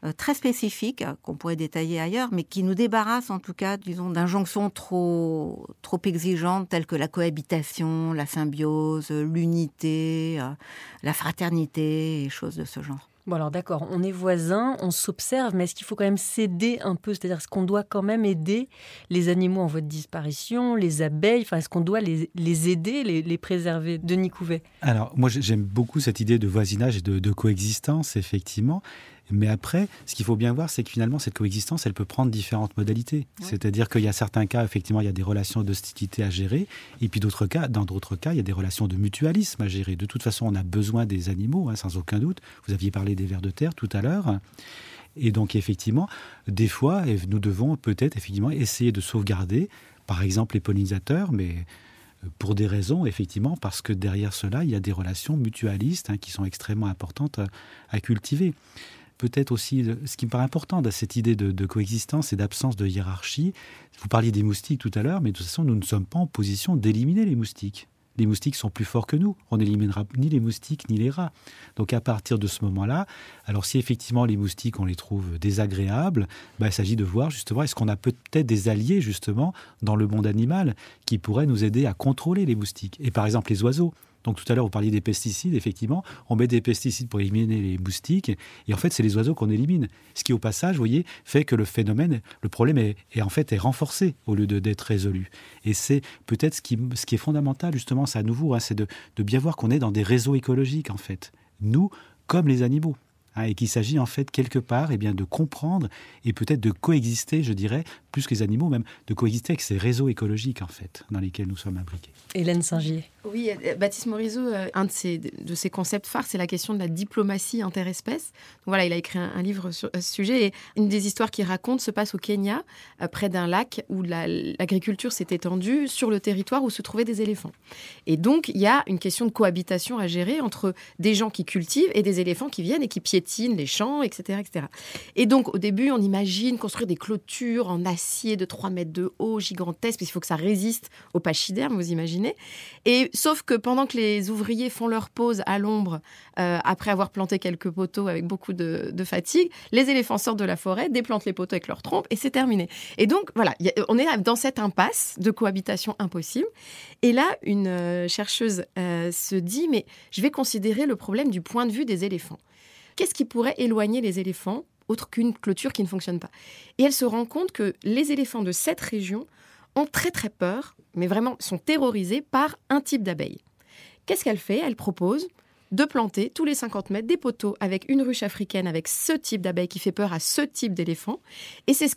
très spécifiques qu'on pourrait détailler ailleurs, mais qui nous débarrassent en tout cas, disons, d'injonctions trop exigeantes telles que la cohabitation, la symbiose, l'unité, la fraternité et choses de ce genre. Bon alors d'accord, on est voisins, on s'observe, mais est-ce qu'il faut quand même s'aider un peu ? C'est-à-dire, est-ce qu'on doit quand même aider les animaux en voie de disparition, les abeilles ? Enfin, est-ce qu'on doit les aider, les préserver ? Denis Couvet. Alors, moi, j'aime beaucoup cette idée de voisinage et de coexistence, effectivement. Mais après, ce qu'il faut bien voir, c'est que finalement, cette coexistence, elle peut prendre différentes modalités. Oui. C'est-à-dire qu'il y a certains cas, effectivement, il y a des relations d'hostilité à gérer. Et puis dans d'autres cas, il y a des relations de mutualisme à gérer. De toute façon, on a besoin des animaux, sans aucun doute. Vous aviez parlé des vers de terre tout à l'heure. Et donc, effectivement, des fois, nous devons peut-être, effectivement, essayer de sauvegarder, par exemple, les pollinisateurs, mais pour des raisons, effectivement, parce que derrière cela, il y a des relations mutualistes qui sont extrêmement importantes à cultiver. Peut-être aussi, ce qui me paraît important dans cette idée de coexistence et d'absence de hiérarchie, vous parliez des moustiques tout à l'heure, mais de toute façon, nous ne sommes pas en position d'éliminer les moustiques. Les moustiques sont plus forts que nous. On n'éliminera ni les moustiques ni les rats. Donc à partir de ce moment-là, alors si effectivement les moustiques, on les trouve désagréables, il s'agit de voir justement, est-ce qu'on a peut-être des alliés justement dans le monde animal qui pourraient nous aider à contrôler les moustiques. Et par exemple les oiseaux. Donc tout à l'heure, vous parliez des pesticides, effectivement. On met des pesticides pour éliminer les moustiques. Et en fait, c'est les oiseaux qu'on élimine. Ce qui, au passage, vous voyez, fait que le problème est renforcé au lieu d'être résolu. Et c'est peut-être ce qui est fondamental, justement, c'est à nouveau, c'est de bien voir qu'on est dans des réseaux écologiques, en fait. Nous, comme les animaux. Et qu'il s'agit, en fait, quelque part, de comprendre et peut-être de coexister, je dirais, plus que les animaux, même, de coexister avec ces réseaux écologiques, en fait, dans lesquels nous sommes imbriqués. Hélène Singier. Oui, Baptiste Morisot, un de ses concepts phares, c'est la question de la diplomatie interespèces. Donc voilà, il a écrit un livre sur ce sujet. Et une des histoires qu'il raconte se passe au Kenya, près d'un lac où l'agriculture s'est étendue sur le territoire où se trouvaient des éléphants. Et donc, il y a une question de cohabitation à gérer entre des gens qui cultivent et des éléphants qui viennent et qui piétinent les champs, etc., etc. Et donc, au début, on imagine construire des clôtures en acier de 3 mètres de haut, gigantesques, parce qu'il faut que ça résiste au pachyderme, vous imaginez. Et sauf que pendant que les ouvriers font leur pause à l'ombre, après avoir planté quelques poteaux avec beaucoup de fatigue, les éléphants sortent de la forêt, déplantent les poteaux avec leurs trompes et c'est terminé. Et donc, voilà, on est dans cette impasse de cohabitation impossible. Et là, une chercheuse se dit, mais je vais considérer le problème du point de vue des éléphants. Qu'est-ce qui pourrait éloigner les éléphants, autre qu'une clôture qui ne fonctionne pas ? Et elle se rend compte que les éléphants de cette région ont très très peur, mais vraiment sont terrorisés par un type d'abeille. Qu'est-ce qu'elle fait ? Elle propose de planter tous les 50 mètres des poteaux avec une ruche africaine avec ce type d'abeille qui fait peur à ce type d'éléphant. Et c'est ce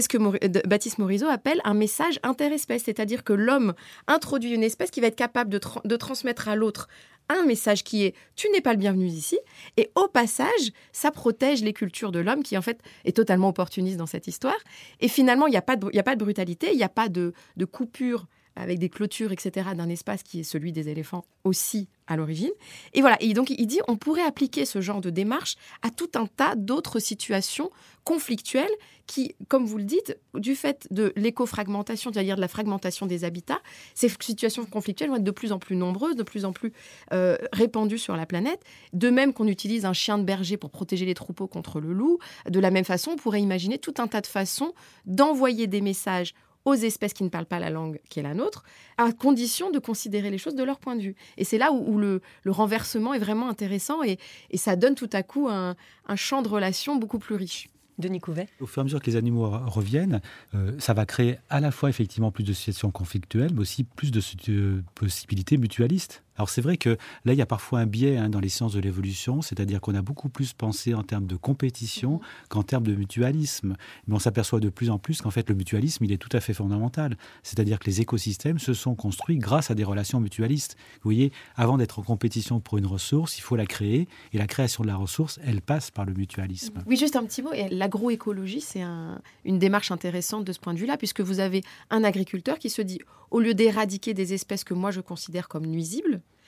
que Baptiste Morisot appelle un message interespèce, c'est-à-dire que l'homme introduit une espèce qui va être capable de transmettre à l'autre un message qui est « tu n'es pas le bienvenu ici » et au passage, ça protège les cultures de l'homme qui en fait est totalement opportuniste dans cette histoire. Et finalement, il n'y a pas de brutalité, il n'y a pas de coupure avec des clôtures, etc., d'un espace qui est celui des éléphants aussi à l'origine. Et voilà, et donc il dit on pourrait appliquer ce genre de démarche à tout un tas d'autres situations conflictuelles qui, comme vous le dites, du fait de l'écofragmentation, c'est-à-dire de la fragmentation des habitats, ces situations conflictuelles vont être de plus en plus nombreuses, de plus en plus répandues sur la planète. De même qu'on utilise un chien de berger pour protéger les troupeaux contre le loup, de la même façon, on pourrait imaginer tout un tas de façons d'envoyer des messages aux espèces qui ne parlent pas la langue qui est la nôtre, à condition de considérer les choses de leur point de vue. Et c'est là où le renversement est vraiment intéressant et ça donne tout à coup un champ de relations beaucoup plus riche. Denis Couvet. Au fur et à mesure que les animaux reviennent, ça va créer à la fois effectivement plus de situations conflictuelles, mais aussi plus de possibilités mutualistes. Alors c'est vrai que là, il y a parfois un biais dans les sciences de l'évolution, c'est-à-dire qu'on a beaucoup plus pensé en termes de compétition qu'en termes de mutualisme. Mais on s'aperçoit de plus en plus qu'en fait, le mutualisme, il est tout à fait fondamental. C'est-à-dire que les écosystèmes se sont construits grâce à des relations mutualistes. Vous voyez, avant d'être en compétition pour une ressource, il faut la créer. Et la création de la ressource, elle passe par le mutualisme. Oui, juste un petit mot. Et l'agroécologie, c'est une démarche intéressante de ce point de vue-là, puisque vous avez un agriculteur qui se dit, au lieu d'éradiquer des espèces que moi je considère comme nuisibles,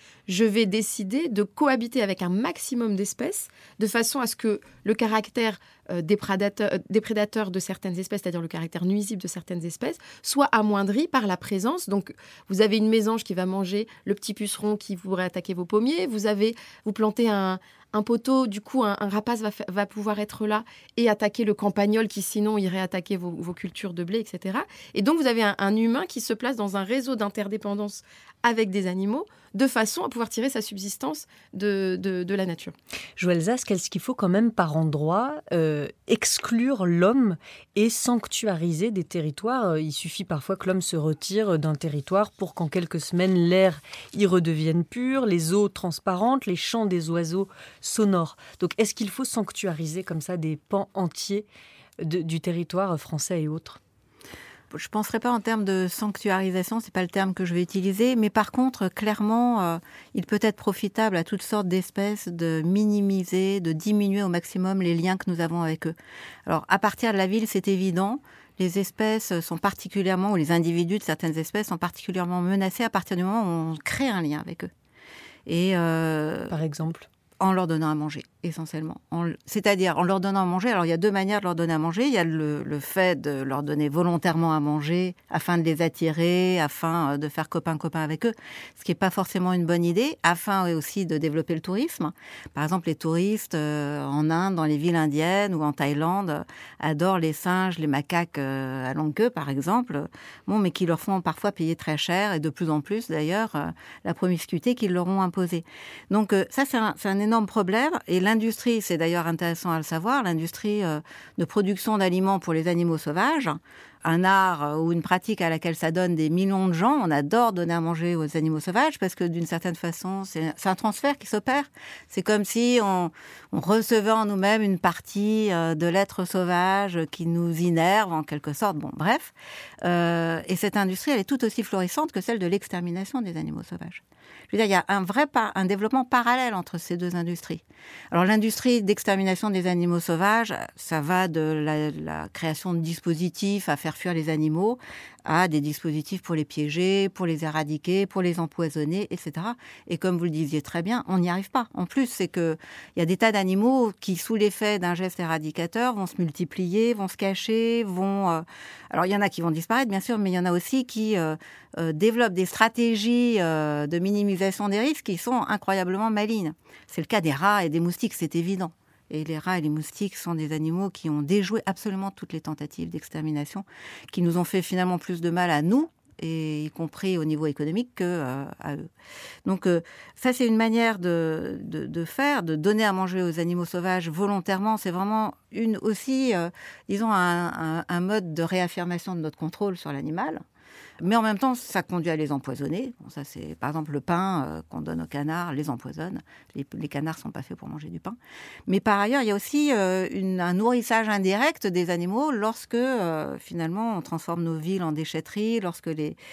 je vais décider de cohabiter avec un maximum d'espèces de façon à ce que le caractère déprédateur de certaines espèces, c'est-à-dire le caractère nuisible de certaines espèces, soit amoindri par la présence. Donc, vous avez une mésange qui va manger le petit puceron qui pourrait attaquer vos pommiers. Vous plantez un poteau, du coup, un rapace va pouvoir être là et attaquer le campagnol qui, sinon, irait attaquer vos cultures de blé, etc. Et donc, vous avez un humain qui se place dans un réseau d'interdépendance avec des animaux de façon à pouvoir tirer sa subsistance de la nature. Joël Zask, est-ce qu'il faut quand même par endroit exclure l'homme et sanctuariser des territoires ? Il suffit parfois que l'homme se retire d'un territoire pour qu'en quelques semaines, l'air y redevienne pur, les eaux transparentes, les chants des oiseaux sonores. Donc est-ce qu'il faut sanctuariser comme ça des pans entiers du territoire français et autres ? Je ne penserais pas en termes de sanctuarisation, ce n'est pas le terme que je vais utiliser, mais par contre, clairement, il peut être profitable à toutes sortes d'espèces de minimiser, de diminuer au maximum les liens que nous avons avec eux. Alors, à partir de la ville, c'est évident, les espèces sont particulièrement, ou les individus de certaines espèces sont particulièrement menacés à partir du moment où on crée un lien avec eux. Et par exemple ? En leur donnant à manger, essentiellement. C'est-à-dire en leur donnant à manger. Alors, il y a deux manières de leur donner à manger. Il y a le fait de leur donner volontairement à manger afin de les attirer, afin de faire copain-copain avec eux, ce qui n'est pas forcément une bonne idée, afin aussi de développer le tourisme. Par exemple, les touristes en Inde, dans les villes indiennes ou en Thaïlande, adorent les singes, les macaques à longue queue, par exemple, mais qui leur font parfois payer très cher, et de plus en plus, d'ailleurs, la promiscuité qu'ils leur ont imposée. Donc, ça, c'est un énorme problème, et l'industrie, c'est d'ailleurs intéressant à le savoir, l'industrie de production d'aliments pour les animaux sauvages, un art ou une pratique à laquelle ça donne des millions de gens. On adore donner à manger aux animaux sauvages parce que d'une certaine façon, c'est un transfert qui s'opère. C'est comme si on recevait en nous-mêmes une partie de l'être sauvage qui nous innerve en quelque sorte. Bon, bref. Et cette industrie, elle est tout aussi florissante que celle de l'extermination des animaux sauvages. Je veux dire, il y a un développement parallèle entre ces deux industries. Alors, l'industrie d'extermination des animaux sauvages, ça va de la création de dispositifs à faire fuir les animaux à des dispositifs pour les piéger, pour les éradiquer, pour les empoisonner, etc. Et comme vous le disiez très bien, on n'y arrive pas. En plus, c'est qu'il y a des tas d'animaux qui, sous l'effet d'un geste éradicateur, vont se multiplier, vont se cacher, Alors, il y en a qui vont disparaître, bien sûr, mais il y en a aussi qui développent des stratégies de minimisation des risques qui sont incroyablement malignes. C'est le cas des rats et des moustiques, c'est évident. Et les rats et les moustiques sont des animaux qui ont déjoué absolument toutes les tentatives d'extermination, qui nous ont fait finalement plus de mal à nous, et y compris au niveau économique, qu'à eux. Donc ça, c'est une manière de faire, de donner à manger aux animaux sauvages volontairement. C'est vraiment disons, un mode de réaffirmation de notre contrôle sur l'animal. Mais en même temps, ça conduit à les empoisonner. Bon, ça, c'est par exemple le pain qu'on donne aux canards, les empoisonne. Les canards ne sont pas faits pour manger du pain. Mais par ailleurs, il y a aussi un nourrissage indirect des animaux lorsque finalement on transforme nos villes en déchetteries, lorsque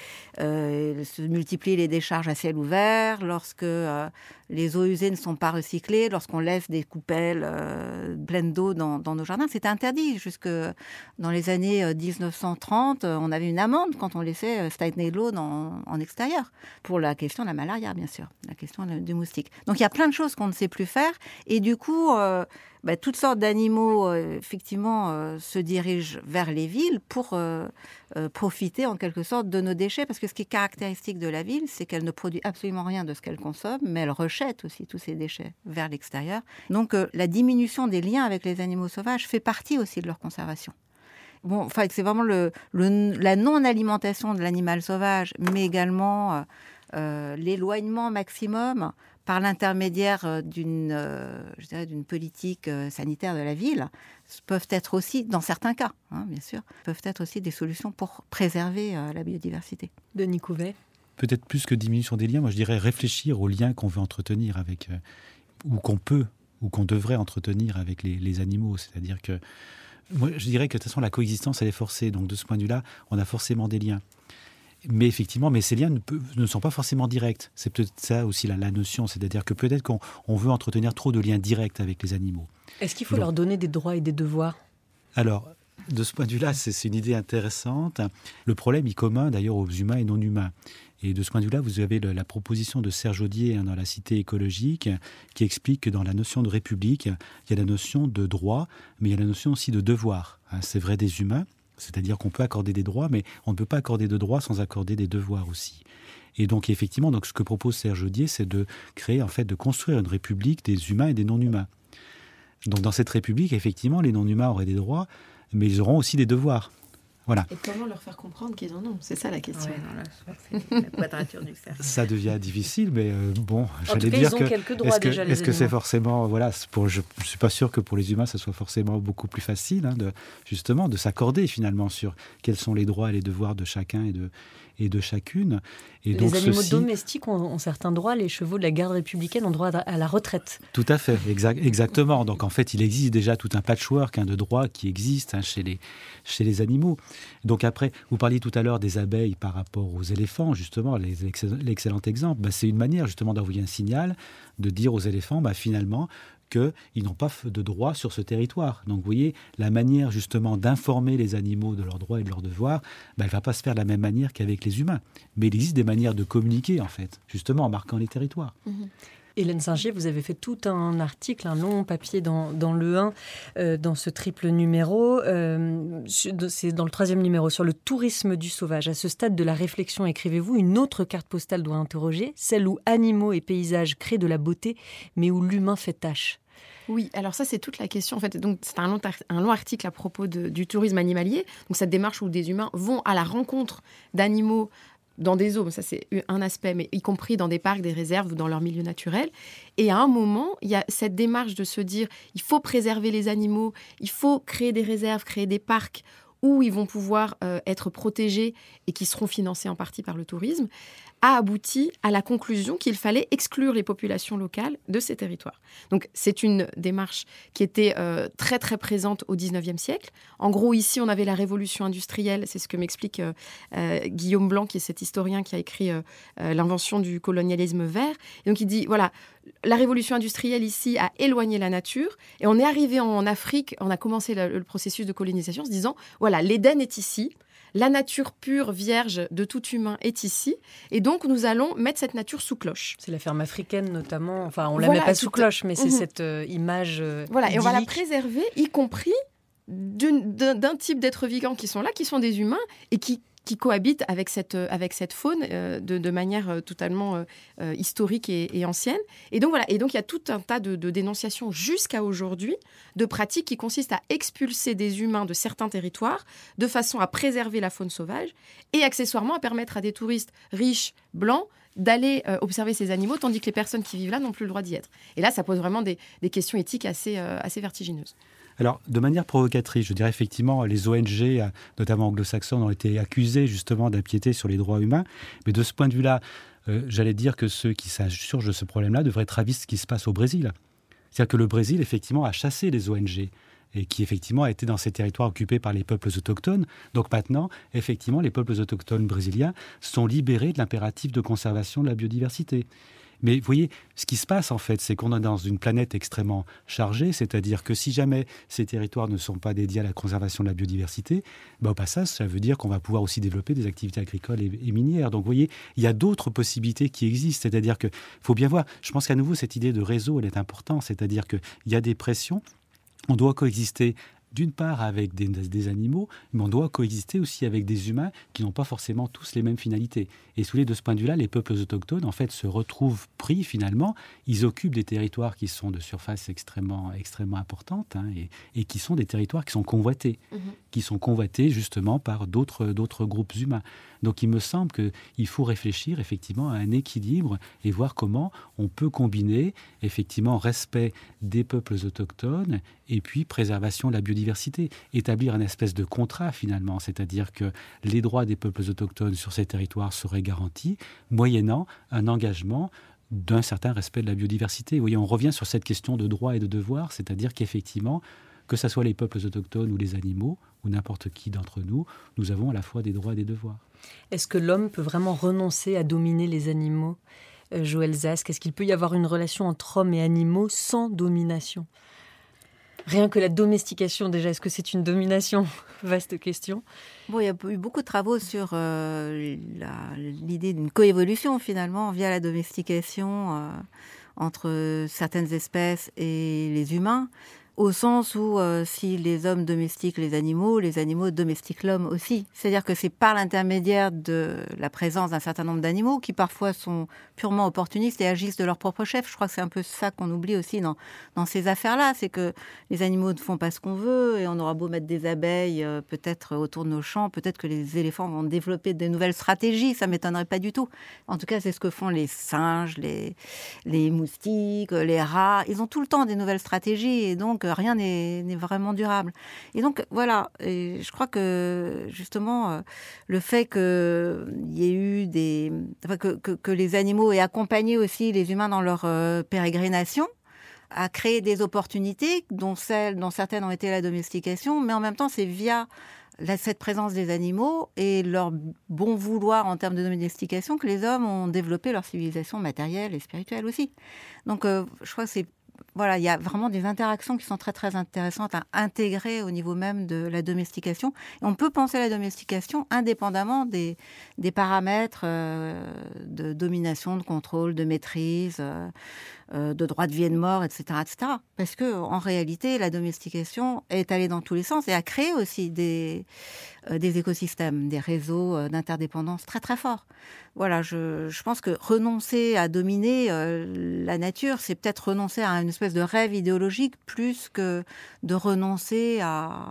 se multiplient les décharges à ciel ouvert, lorsque les eaux usées ne sont pas recyclées, lorsqu'on laisse des coupelles pleines d'eau dans nos jardins. C'était interdit. Jusque dans les années 1930, on avait une amende quand on laissait stagner de l'eau en extérieur, pour la question de la malaria, bien sûr, la question du moustique. Donc il y a plein de choses qu'on ne sait plus faire, et du coup, toutes sortes d'animaux, effectivement, se dirigent vers les villes pour profiter, en quelque sorte, de nos déchets, parce que ce qui est caractéristique de la ville, c'est qu'elle ne produit absolument rien de ce qu'elle consomme, mais elle rejette aussi tous ces déchets vers l'extérieur. Donc la diminution des liens avec les animaux sauvages fait partie aussi de leur conservation. Bon, enfin, c'est vraiment la non-alimentation de l'animal sauvage, mais également l'éloignement maximum par l'intermédiaire d'une politique sanitaire de la ville, peuvent être aussi, dans certains cas, bien sûr, peuvent être aussi des solutions pour préserver la biodiversité. Denis Couvet. Peut-être plus que diminution des liens, moi je dirais réfléchir aux liens qu'on veut entretenir avec, ou qu'on peut, ou qu'on devrait entretenir avec les animaux. C'est-à-dire que moi, je dirais que de toute façon, la coexistence, elle est forcée. Donc, de ce point de vue-là, on a forcément des liens. Mais effectivement, ces liens ne sont pas forcément directs. C'est peut-être ça aussi la notion. C'est-à-dire que peut-être qu'on veut entretenir trop de liens directs avec les animaux. Est-ce qu'il faut leur donner des droits et des devoirs ? Alors, de ce point de vue-là, c'est une idée intéressante. Le problème est commun d'ailleurs aux humains et non humains. Et de ce point de vue-là, vous avez la proposition de Serge Audier dans La Cité écologique qui explique que dans la notion de république, il y a la notion de droit, mais il y a la notion aussi de devoir. C'est vrai des humains, c'est-à-dire qu'on peut accorder des droits, mais on ne peut pas accorder de droits sans accorder des devoirs aussi. Et donc effectivement, ce que propose Serge Audier, c'est de créer, en fait, de construire une république des humains et des non-humains. Donc dans cette république, effectivement, les non-humains auraient des droits, mais ils auront aussi des devoirs. Voilà. Et comment leur faire comprendre qu'ils en ont ? C'est ça la question. C'est la quadrature du cercle. Ça devient difficile, mais j'allais dire que... quelques droits déjà, est-ce que c'est forcément... je ne suis pas sûr que pour les humains, ça soit forcément beaucoup plus facile, de s'accorder finalement sur quels sont les droits et les devoirs de chacun et de chacune. Et les animaux domestiques ont certains droits, les chevaux de la garde républicaine ont droit à la retraite. Tout à fait, exactement. Donc en fait, il existe déjà tout un patchwork de droits qui existent chez les animaux. Donc après, vous parliez tout à l'heure des abeilles par rapport aux éléphants, justement, l'excellent exemple. C'est une manière justement d'envoyer un signal, de dire aux éléphants, finalement, qu'ils n'ont pas de droit sur ce territoire. Donc vous voyez, la manière justement d'informer les animaux de leurs droits et de leurs devoirs, elle ne va pas se faire de la même manière qu'avec les humains. Mais il existe des manières de communiquer, en fait, justement en marquant les territoires. Hélène Singer, vous avez fait tout un article, un long papier dans le 1, dans ce triple numéro. C'est dans le 3e numéro, sur le tourisme du sauvage. À ce stade de la réflexion, écrivez-vous, une autre carte postale doit interroger, celle où animaux et paysages créent de la beauté, mais où l'humain fait tâche. Oui, alors ça, c'est toute la question. En fait, donc, c'est un long article à propos du tourisme animalier. Donc, cette démarche où des humains vont à la rencontre d'animaux dans des zoos, ça c'est un aspect, mais y compris dans des parcs, des réserves ou dans leur milieu naturel. Et à un moment, il y a cette démarche de se dire, il faut préserver les animaux, il faut créer des réserves, créer des parcs où ils vont pouvoir être protégés et qui seront financés en partie par le tourisme, a abouti à la conclusion qu'il fallait exclure les populations locales de ces territoires. Donc c'est une démarche qui était très très présente au XIXe siècle. En gros, ici, on avait la révolution industrielle, c'est ce que m'explique Guillaume Blanc, qui est cet historien qui a écrit l'invention du colonialisme vert. Et donc il dit, voilà, la révolution industrielle ici a éloigné la nature, et on est arrivé en Afrique, on a commencé le processus de colonisation en se disant, voilà, l'Éden est ici, la nature pure, vierge de tout humain est ici, et donc nous allons mettre cette nature sous cloche. C'est la ferme africaine notamment, enfin on ne la met pas sous cloche, mais c'est cette image voilà, idyllique. Et on va la préserver, y compris d'un type d'êtres vivants qui sont là, qui sont des humains, et qui cohabitent avec cette faune de manière totalement historique et ancienne. Et donc, voilà. Et donc, il y a tout un tas de dénonciations jusqu'à aujourd'hui de pratiques qui consistent à expulser des humains de certains territoires de façon à préserver la faune sauvage et accessoirement à permettre à des touristes riches, blancs, d'aller observer ces animaux, tandis que les personnes qui vivent là n'ont plus le droit d'y être. Et là, ça pose vraiment des questions éthiques assez vertigineuses. Alors, de manière provocatrice, je dirais effectivement, les ONG, notamment anglo-saxonnes, ont été accusées justement d'empiéter sur les droits humains. Mais de ce point de vue-là, j'allais dire que ceux qui s'insurgent de ce problème-là devraient être ravis de ce qui se passe au Brésil. C'est-à-dire que le Brésil, effectivement, a chassé les ONG et qui, effectivement, étaient dans ces territoires occupés par les peuples autochtones. Donc maintenant, effectivement, les peuples autochtones brésiliens sont libérés de l'impératif de conservation de la biodiversité. Mais vous voyez, ce qui se passe en fait, c'est qu'on est dans une planète extrêmement chargée, c'est-à-dire que si jamais ces territoires ne sont pas dédiés à la conservation de la biodiversité, au passage, ça veut dire qu'on va pouvoir aussi développer des activités agricoles et minières. Donc vous voyez, il y a d'autres possibilités qui existent, c'est-à-dire qu'il faut bien voir, je pense qu'à nouveau, cette idée de réseau, elle est importante, c'est-à-dire qu'il y a des pressions, on doit coexister d'une part avec des animaux, mais on doit coexister aussi avec des humains qui n'ont pas forcément tous les mêmes finalités. Et de ce point de vue-là, les peuples autochtones, en fait, se retrouvent pris finalement. Ils occupent des territoires qui sont de surface extrêmement importante et qui sont des territoires qui sont convoités, qui sont convoités justement par d'autres groupes humains. Donc il me semble qu'il faut réfléchir effectivement à un équilibre et voir comment on peut combiner effectivement respect des peuples autochtones et puis préservation de la biodiversité. Établir un espèce de contrat finalement, c'est-à-dire que les droits des peuples autochtones sur ces territoires seraient garantis, moyennant un engagement d'un certain respect de la biodiversité. Vous voyez, on revient sur cette question de droits et de devoirs, c'est-à-dire qu'effectivement, que ce soit les peuples autochtones ou les animaux, ou n'importe qui d'entre nous, nous avons à la fois des droits et des devoirs. Est-ce que l'homme peut vraiment renoncer à dominer les animaux, Joël Zask? Est-ce qu'il peut y avoir une relation entre hommes et animaux sans domination? Rien que la domestication, déjà, est-ce que c'est une domination? Vaste question. Bon, il y a eu beaucoup de travaux sur l'idée d'une coévolution, finalement, via la domestication entre certaines espèces et les humains, au sens où si les hommes domestiquent les animaux domestiquent l'homme aussi. C'est-à-dire que c'est par l'intermédiaire de la présence d'un certain nombre d'animaux qui parfois sont purement opportunistes et agissent de leur propre chef. Je crois que c'est un peu ça qu'on oublie aussi dans ces affaires-là. C'est que les animaux ne font pas ce qu'on veut et on aura beau mettre des abeilles peut-être autour de nos champs, peut-être que les éléphants vont développer de nouvelles stratégies. Ça ne m'étonnerait pas du tout. En tout cas, c'est ce que font les singes, les moustiques, les rats. Ils ont tout le temps des nouvelles stratégies et donc rien n'est vraiment durable. Et donc, voilà, et je crois que, justement, le fait qu'il y ait eu que les animaux aient accompagné aussi les humains dans leur pérégrination, a créé des opportunités, dont certaines ont été la domestication, mais en même temps, c'est via cette présence des animaux et leur bon vouloir en termes de domestication que les hommes ont développé leur civilisation matérielle et spirituelle aussi. Donc, je crois que il y a vraiment des interactions qui sont très, très intéressantes à intégrer au niveau même de la domestication. Et on peut penser à la domestication indépendamment des paramètres de domination, de contrôle, de maîtrise, de droit de vie et de mort, etc., etc. Parce que en réalité, la domestication est allée dans tous les sens et a créé aussi des écosystèmes, des réseaux d'interdépendance très, très forts. Voilà, je pense que renoncer à dominer la nature, c'est peut-être renoncer à une espèce de rêve idéologique plus que de renoncer à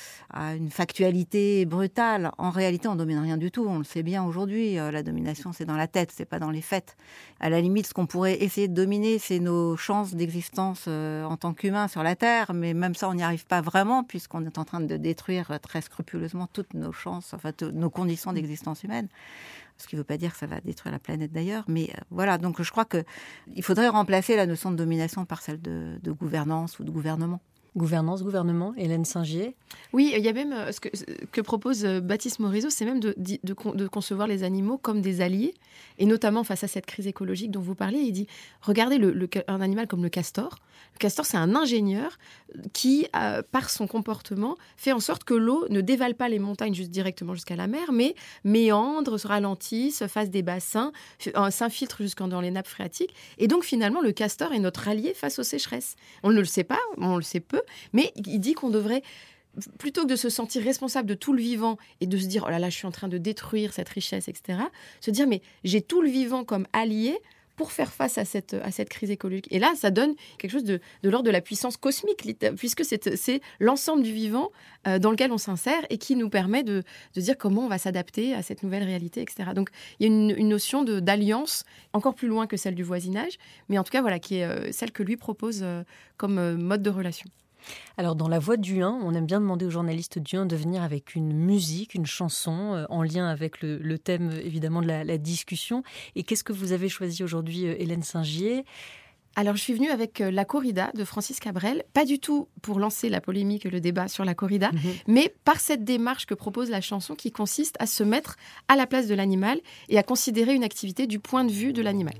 une factualité brutale. En réalité, on ne domine rien du tout. On le sait bien aujourd'hui. La domination, c'est dans la tête, c'est pas dans les faits. À la limite, ce qu'on pourrait essayer de dominer, c'est nos chances d'existence en tant qu'humains sur la Terre. Mais même ça, on n'y arrive pas vraiment, puisqu'on est en train de détruire très scrupuleusement toutes nos chances, nos conditions d'existence humaine. Ce qui ne veut pas dire que ça va détruire la planète d'ailleurs. Mais voilà, donc je crois qu'il faudrait remplacer la notion de domination par celle de gouvernance ou de gouvernement. Gouvernance, gouvernement, Hélène Singier. Oui, il y a même ce que propose Baptiste Morisot, c'est même de concevoir les animaux comme des alliés, et notamment face à cette crise écologique dont vous parliez. Il dit, regardez un animal comme le castor. Le castor, c'est un ingénieur qui, par son comportement, fait en sorte que l'eau ne dévale pas les montagnes directement jusqu'à la mer, mais méandre, se ralentisse, fasse des bassins, s'infiltre dans les nappes phréatiques. Et donc, finalement, le castor est notre allié face aux sécheresses. On ne le sait pas, on le sait peu, mais il dit qu'on devrait, plutôt que de se sentir responsable de tout le vivant et de se dire « oh là là, je suis en train de détruire cette richesse, etc. », se dire « mais j'ai tout le vivant comme allié pour faire face à cette crise écologique ». Et là, ça donne quelque chose de l'ordre de la puissance cosmique, puisque c'est l'ensemble du vivant dans lequel on s'insère et qui nous permet de dire comment on va s'adapter à cette nouvelle réalité, etc. Donc, il y a une notion d'alliance encore plus loin que celle du voisinage, mais en tout cas, voilà, qui est celle que lui propose comme mode de relation. Alors, dans La Voix du 1, on aime bien demander aux journalistes du 1 de venir avec une musique, une chanson, en lien avec le thème, évidemment, de la discussion. Et qu'est-ce que vous avez choisi aujourd'hui, Hélène Singier ? Alors, je suis venue avec La Corrida de Francis Cabrel, pas du tout pour lancer la polémique et le débat sur la corrida, mais par cette démarche que propose la chanson qui consiste à se mettre à la place de l'animal et à considérer une activité du point de vue de l'animal.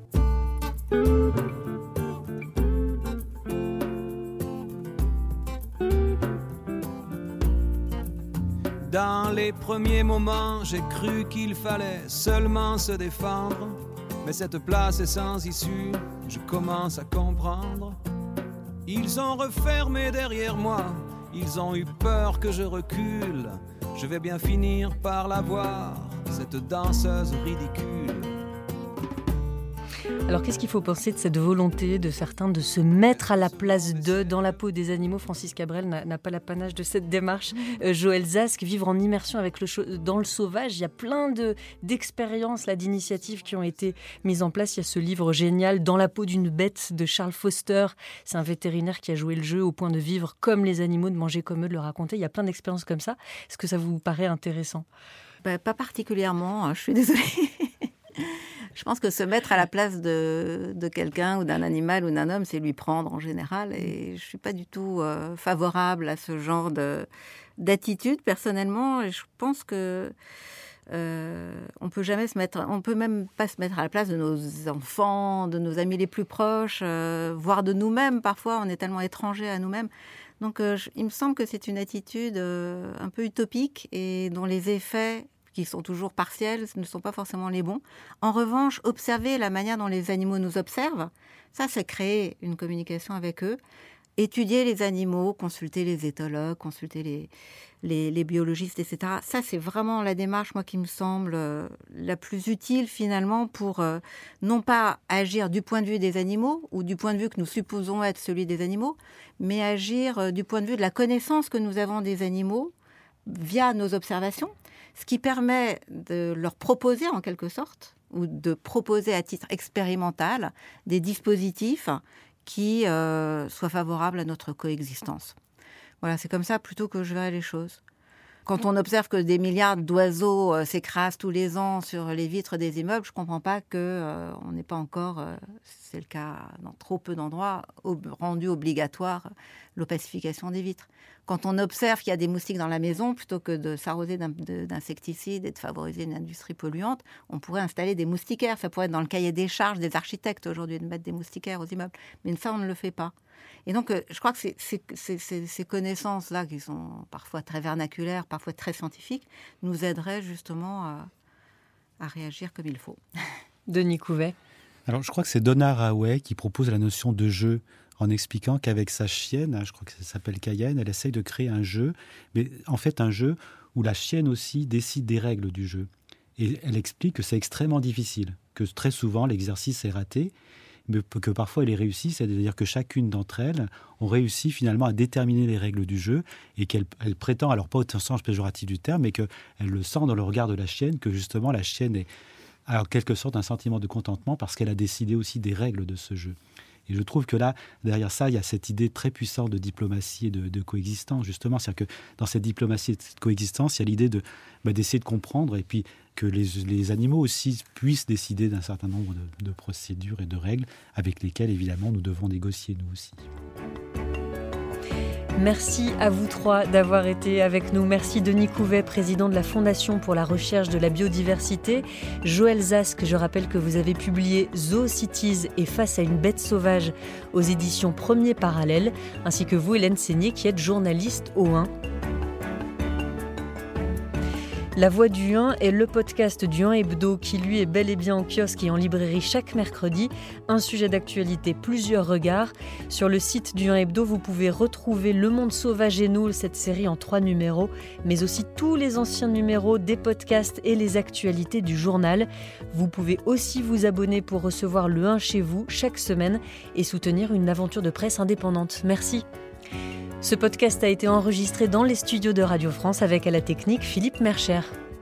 Dans les premiers moments, j'ai cru qu'il fallait seulement se défendre. Mais cette place est sans issue, je commence à comprendre. Ils ont refermé derrière moi, ils ont eu peur que je recule. Je vais bien finir par la voir, cette danseuse ridicule. Alors, qu'est-ce qu'il faut penser de cette volonté de certains de se mettre à la place d'eux, dans la peau des animaux ? Francis Cabrel n'a pas l'apanage de cette démarche. Joël Zask, vivre en immersion dans le sauvage. Il y a plein d'expériences, d'initiatives qui ont été mises en place. Il y a ce livre génial, Dans la peau d'une bête, de Charles Foster. C'est un vétérinaire qui a joué le jeu au point de vivre comme les animaux, de manger comme eux, de le raconter. Il y a plein d'expériences comme ça. Est-ce que ça vous paraît intéressant ? Pas particulièrement, je suis désolée. Je pense que se mettre à la place de quelqu'un ou d'un animal ou d'un homme, c'est lui prendre en général. Et je ne suis pas du tout favorable à ce genre d'attitude, personnellement. Et je pense que on peut même pas se mettre à la place de nos enfants, de nos amis les plus proches, voire de nous-mêmes. Parfois, on est tellement étrangers à nous-mêmes. Donc il me semble que c'est une attitude un peu utopique et dont les effets, qui sont toujours partiels, ne sont pas forcément les bons. En revanche, observer la manière dont les animaux nous observent, ça, c'est créer une communication avec eux. Étudier les animaux, consulter les éthologues, consulter les biologistes, etc. Ça, c'est vraiment la démarche, moi, qui me semble la plus utile, finalement, pour non pas agir du point de vue des animaux, ou du point de vue que nous supposons être celui des animaux, mais agir du point de vue de la connaissance que nous avons des animaux via nos observations, ce qui permet de leur proposer, en quelque sorte, ou de proposer à titre expérimental des dispositifs qui soient favorables à notre coexistence. Voilà, c'est comme ça plutôt que je verrais les choses. Quand on observe que des milliards d'oiseaux s'écrasent tous les ans sur les vitres des immeubles, je ne comprends pas qu'on n'ait pas encore, c'est le cas dans trop peu d'endroits, rendu obligatoire l'opacification des vitres. Quand on observe qu'il y a des moustiques dans la maison, plutôt que de s'arroser d'insecticides et de favoriser une industrie polluante, on pourrait installer des moustiquaires. Ça pourrait être dans le cahier des charges des architectes aujourd'hui de mettre des moustiquaires aux immeubles. Mais ça, on ne le fait pas. Et donc, je crois que ces connaissances-là, qui sont parfois très vernaculaires, parfois très scientifiques, nous aideraient justement à réagir comme il faut. Denis Couvet. Alors, je crois que c'est Donna Haraway qui propose la notion de jeu en expliquant qu'avec sa chienne, je crois que ça s'appelle Cayenne, elle essaye de créer un jeu, mais en fait un jeu où la chienne aussi décide des règles du jeu. Et elle explique que c'est extrêmement difficile, que très souvent l'exercice est raté, mais que parfois elle est réussie, c'est-à-dire que chacune d'entre elles ont réussi finalement à déterminer les règles du jeu et qu'elle prétend, alors pas au sens péjoratif du terme, mais qu'elle le sent dans le regard de la chienne, que justement la chienne a en quelque sorte un sentiment de contentement parce qu'elle a décidé aussi des règles de ce jeu. Et je trouve que là, derrière ça, il y a cette idée très puissante de diplomatie et de coexistence, justement. C'est-à-dire que dans cette diplomatie et cette coexistence, il y a l'idée d'essayer de comprendre et puis que les animaux aussi puissent décider d'un certain nombre de procédures et de règles avec lesquelles, évidemment, nous devons négocier, nous aussi. Merci à vous trois d'avoir été avec nous. Merci Denis Couvet, président de la Fondation pour la recherche de la biodiversité. Joël Zask, je rappelle que vous avez publié Zoocities et Face à une bête sauvage aux éditions Premier Parallèle, ainsi que vous, Hélène Seigné, qui êtes journaliste au 1. La Voix du 1 est le podcast du 1 Hebdo qui lui est bel et bien en kiosque et en librairie chaque mercredi. Un sujet d'actualité, plusieurs regards. Sur le site du 1 Hebdo, vous pouvez retrouver Le Monde sauvage et nous, cette série en 3 numéros, mais aussi tous les anciens numéros des podcasts et les actualités du journal. Vous pouvez aussi vous abonner pour recevoir le 1 chez vous chaque semaine et soutenir une aventure de presse indépendante. Merci. Ce podcast a été enregistré dans les studios de Radio France avec à la technique Philippe Mercher.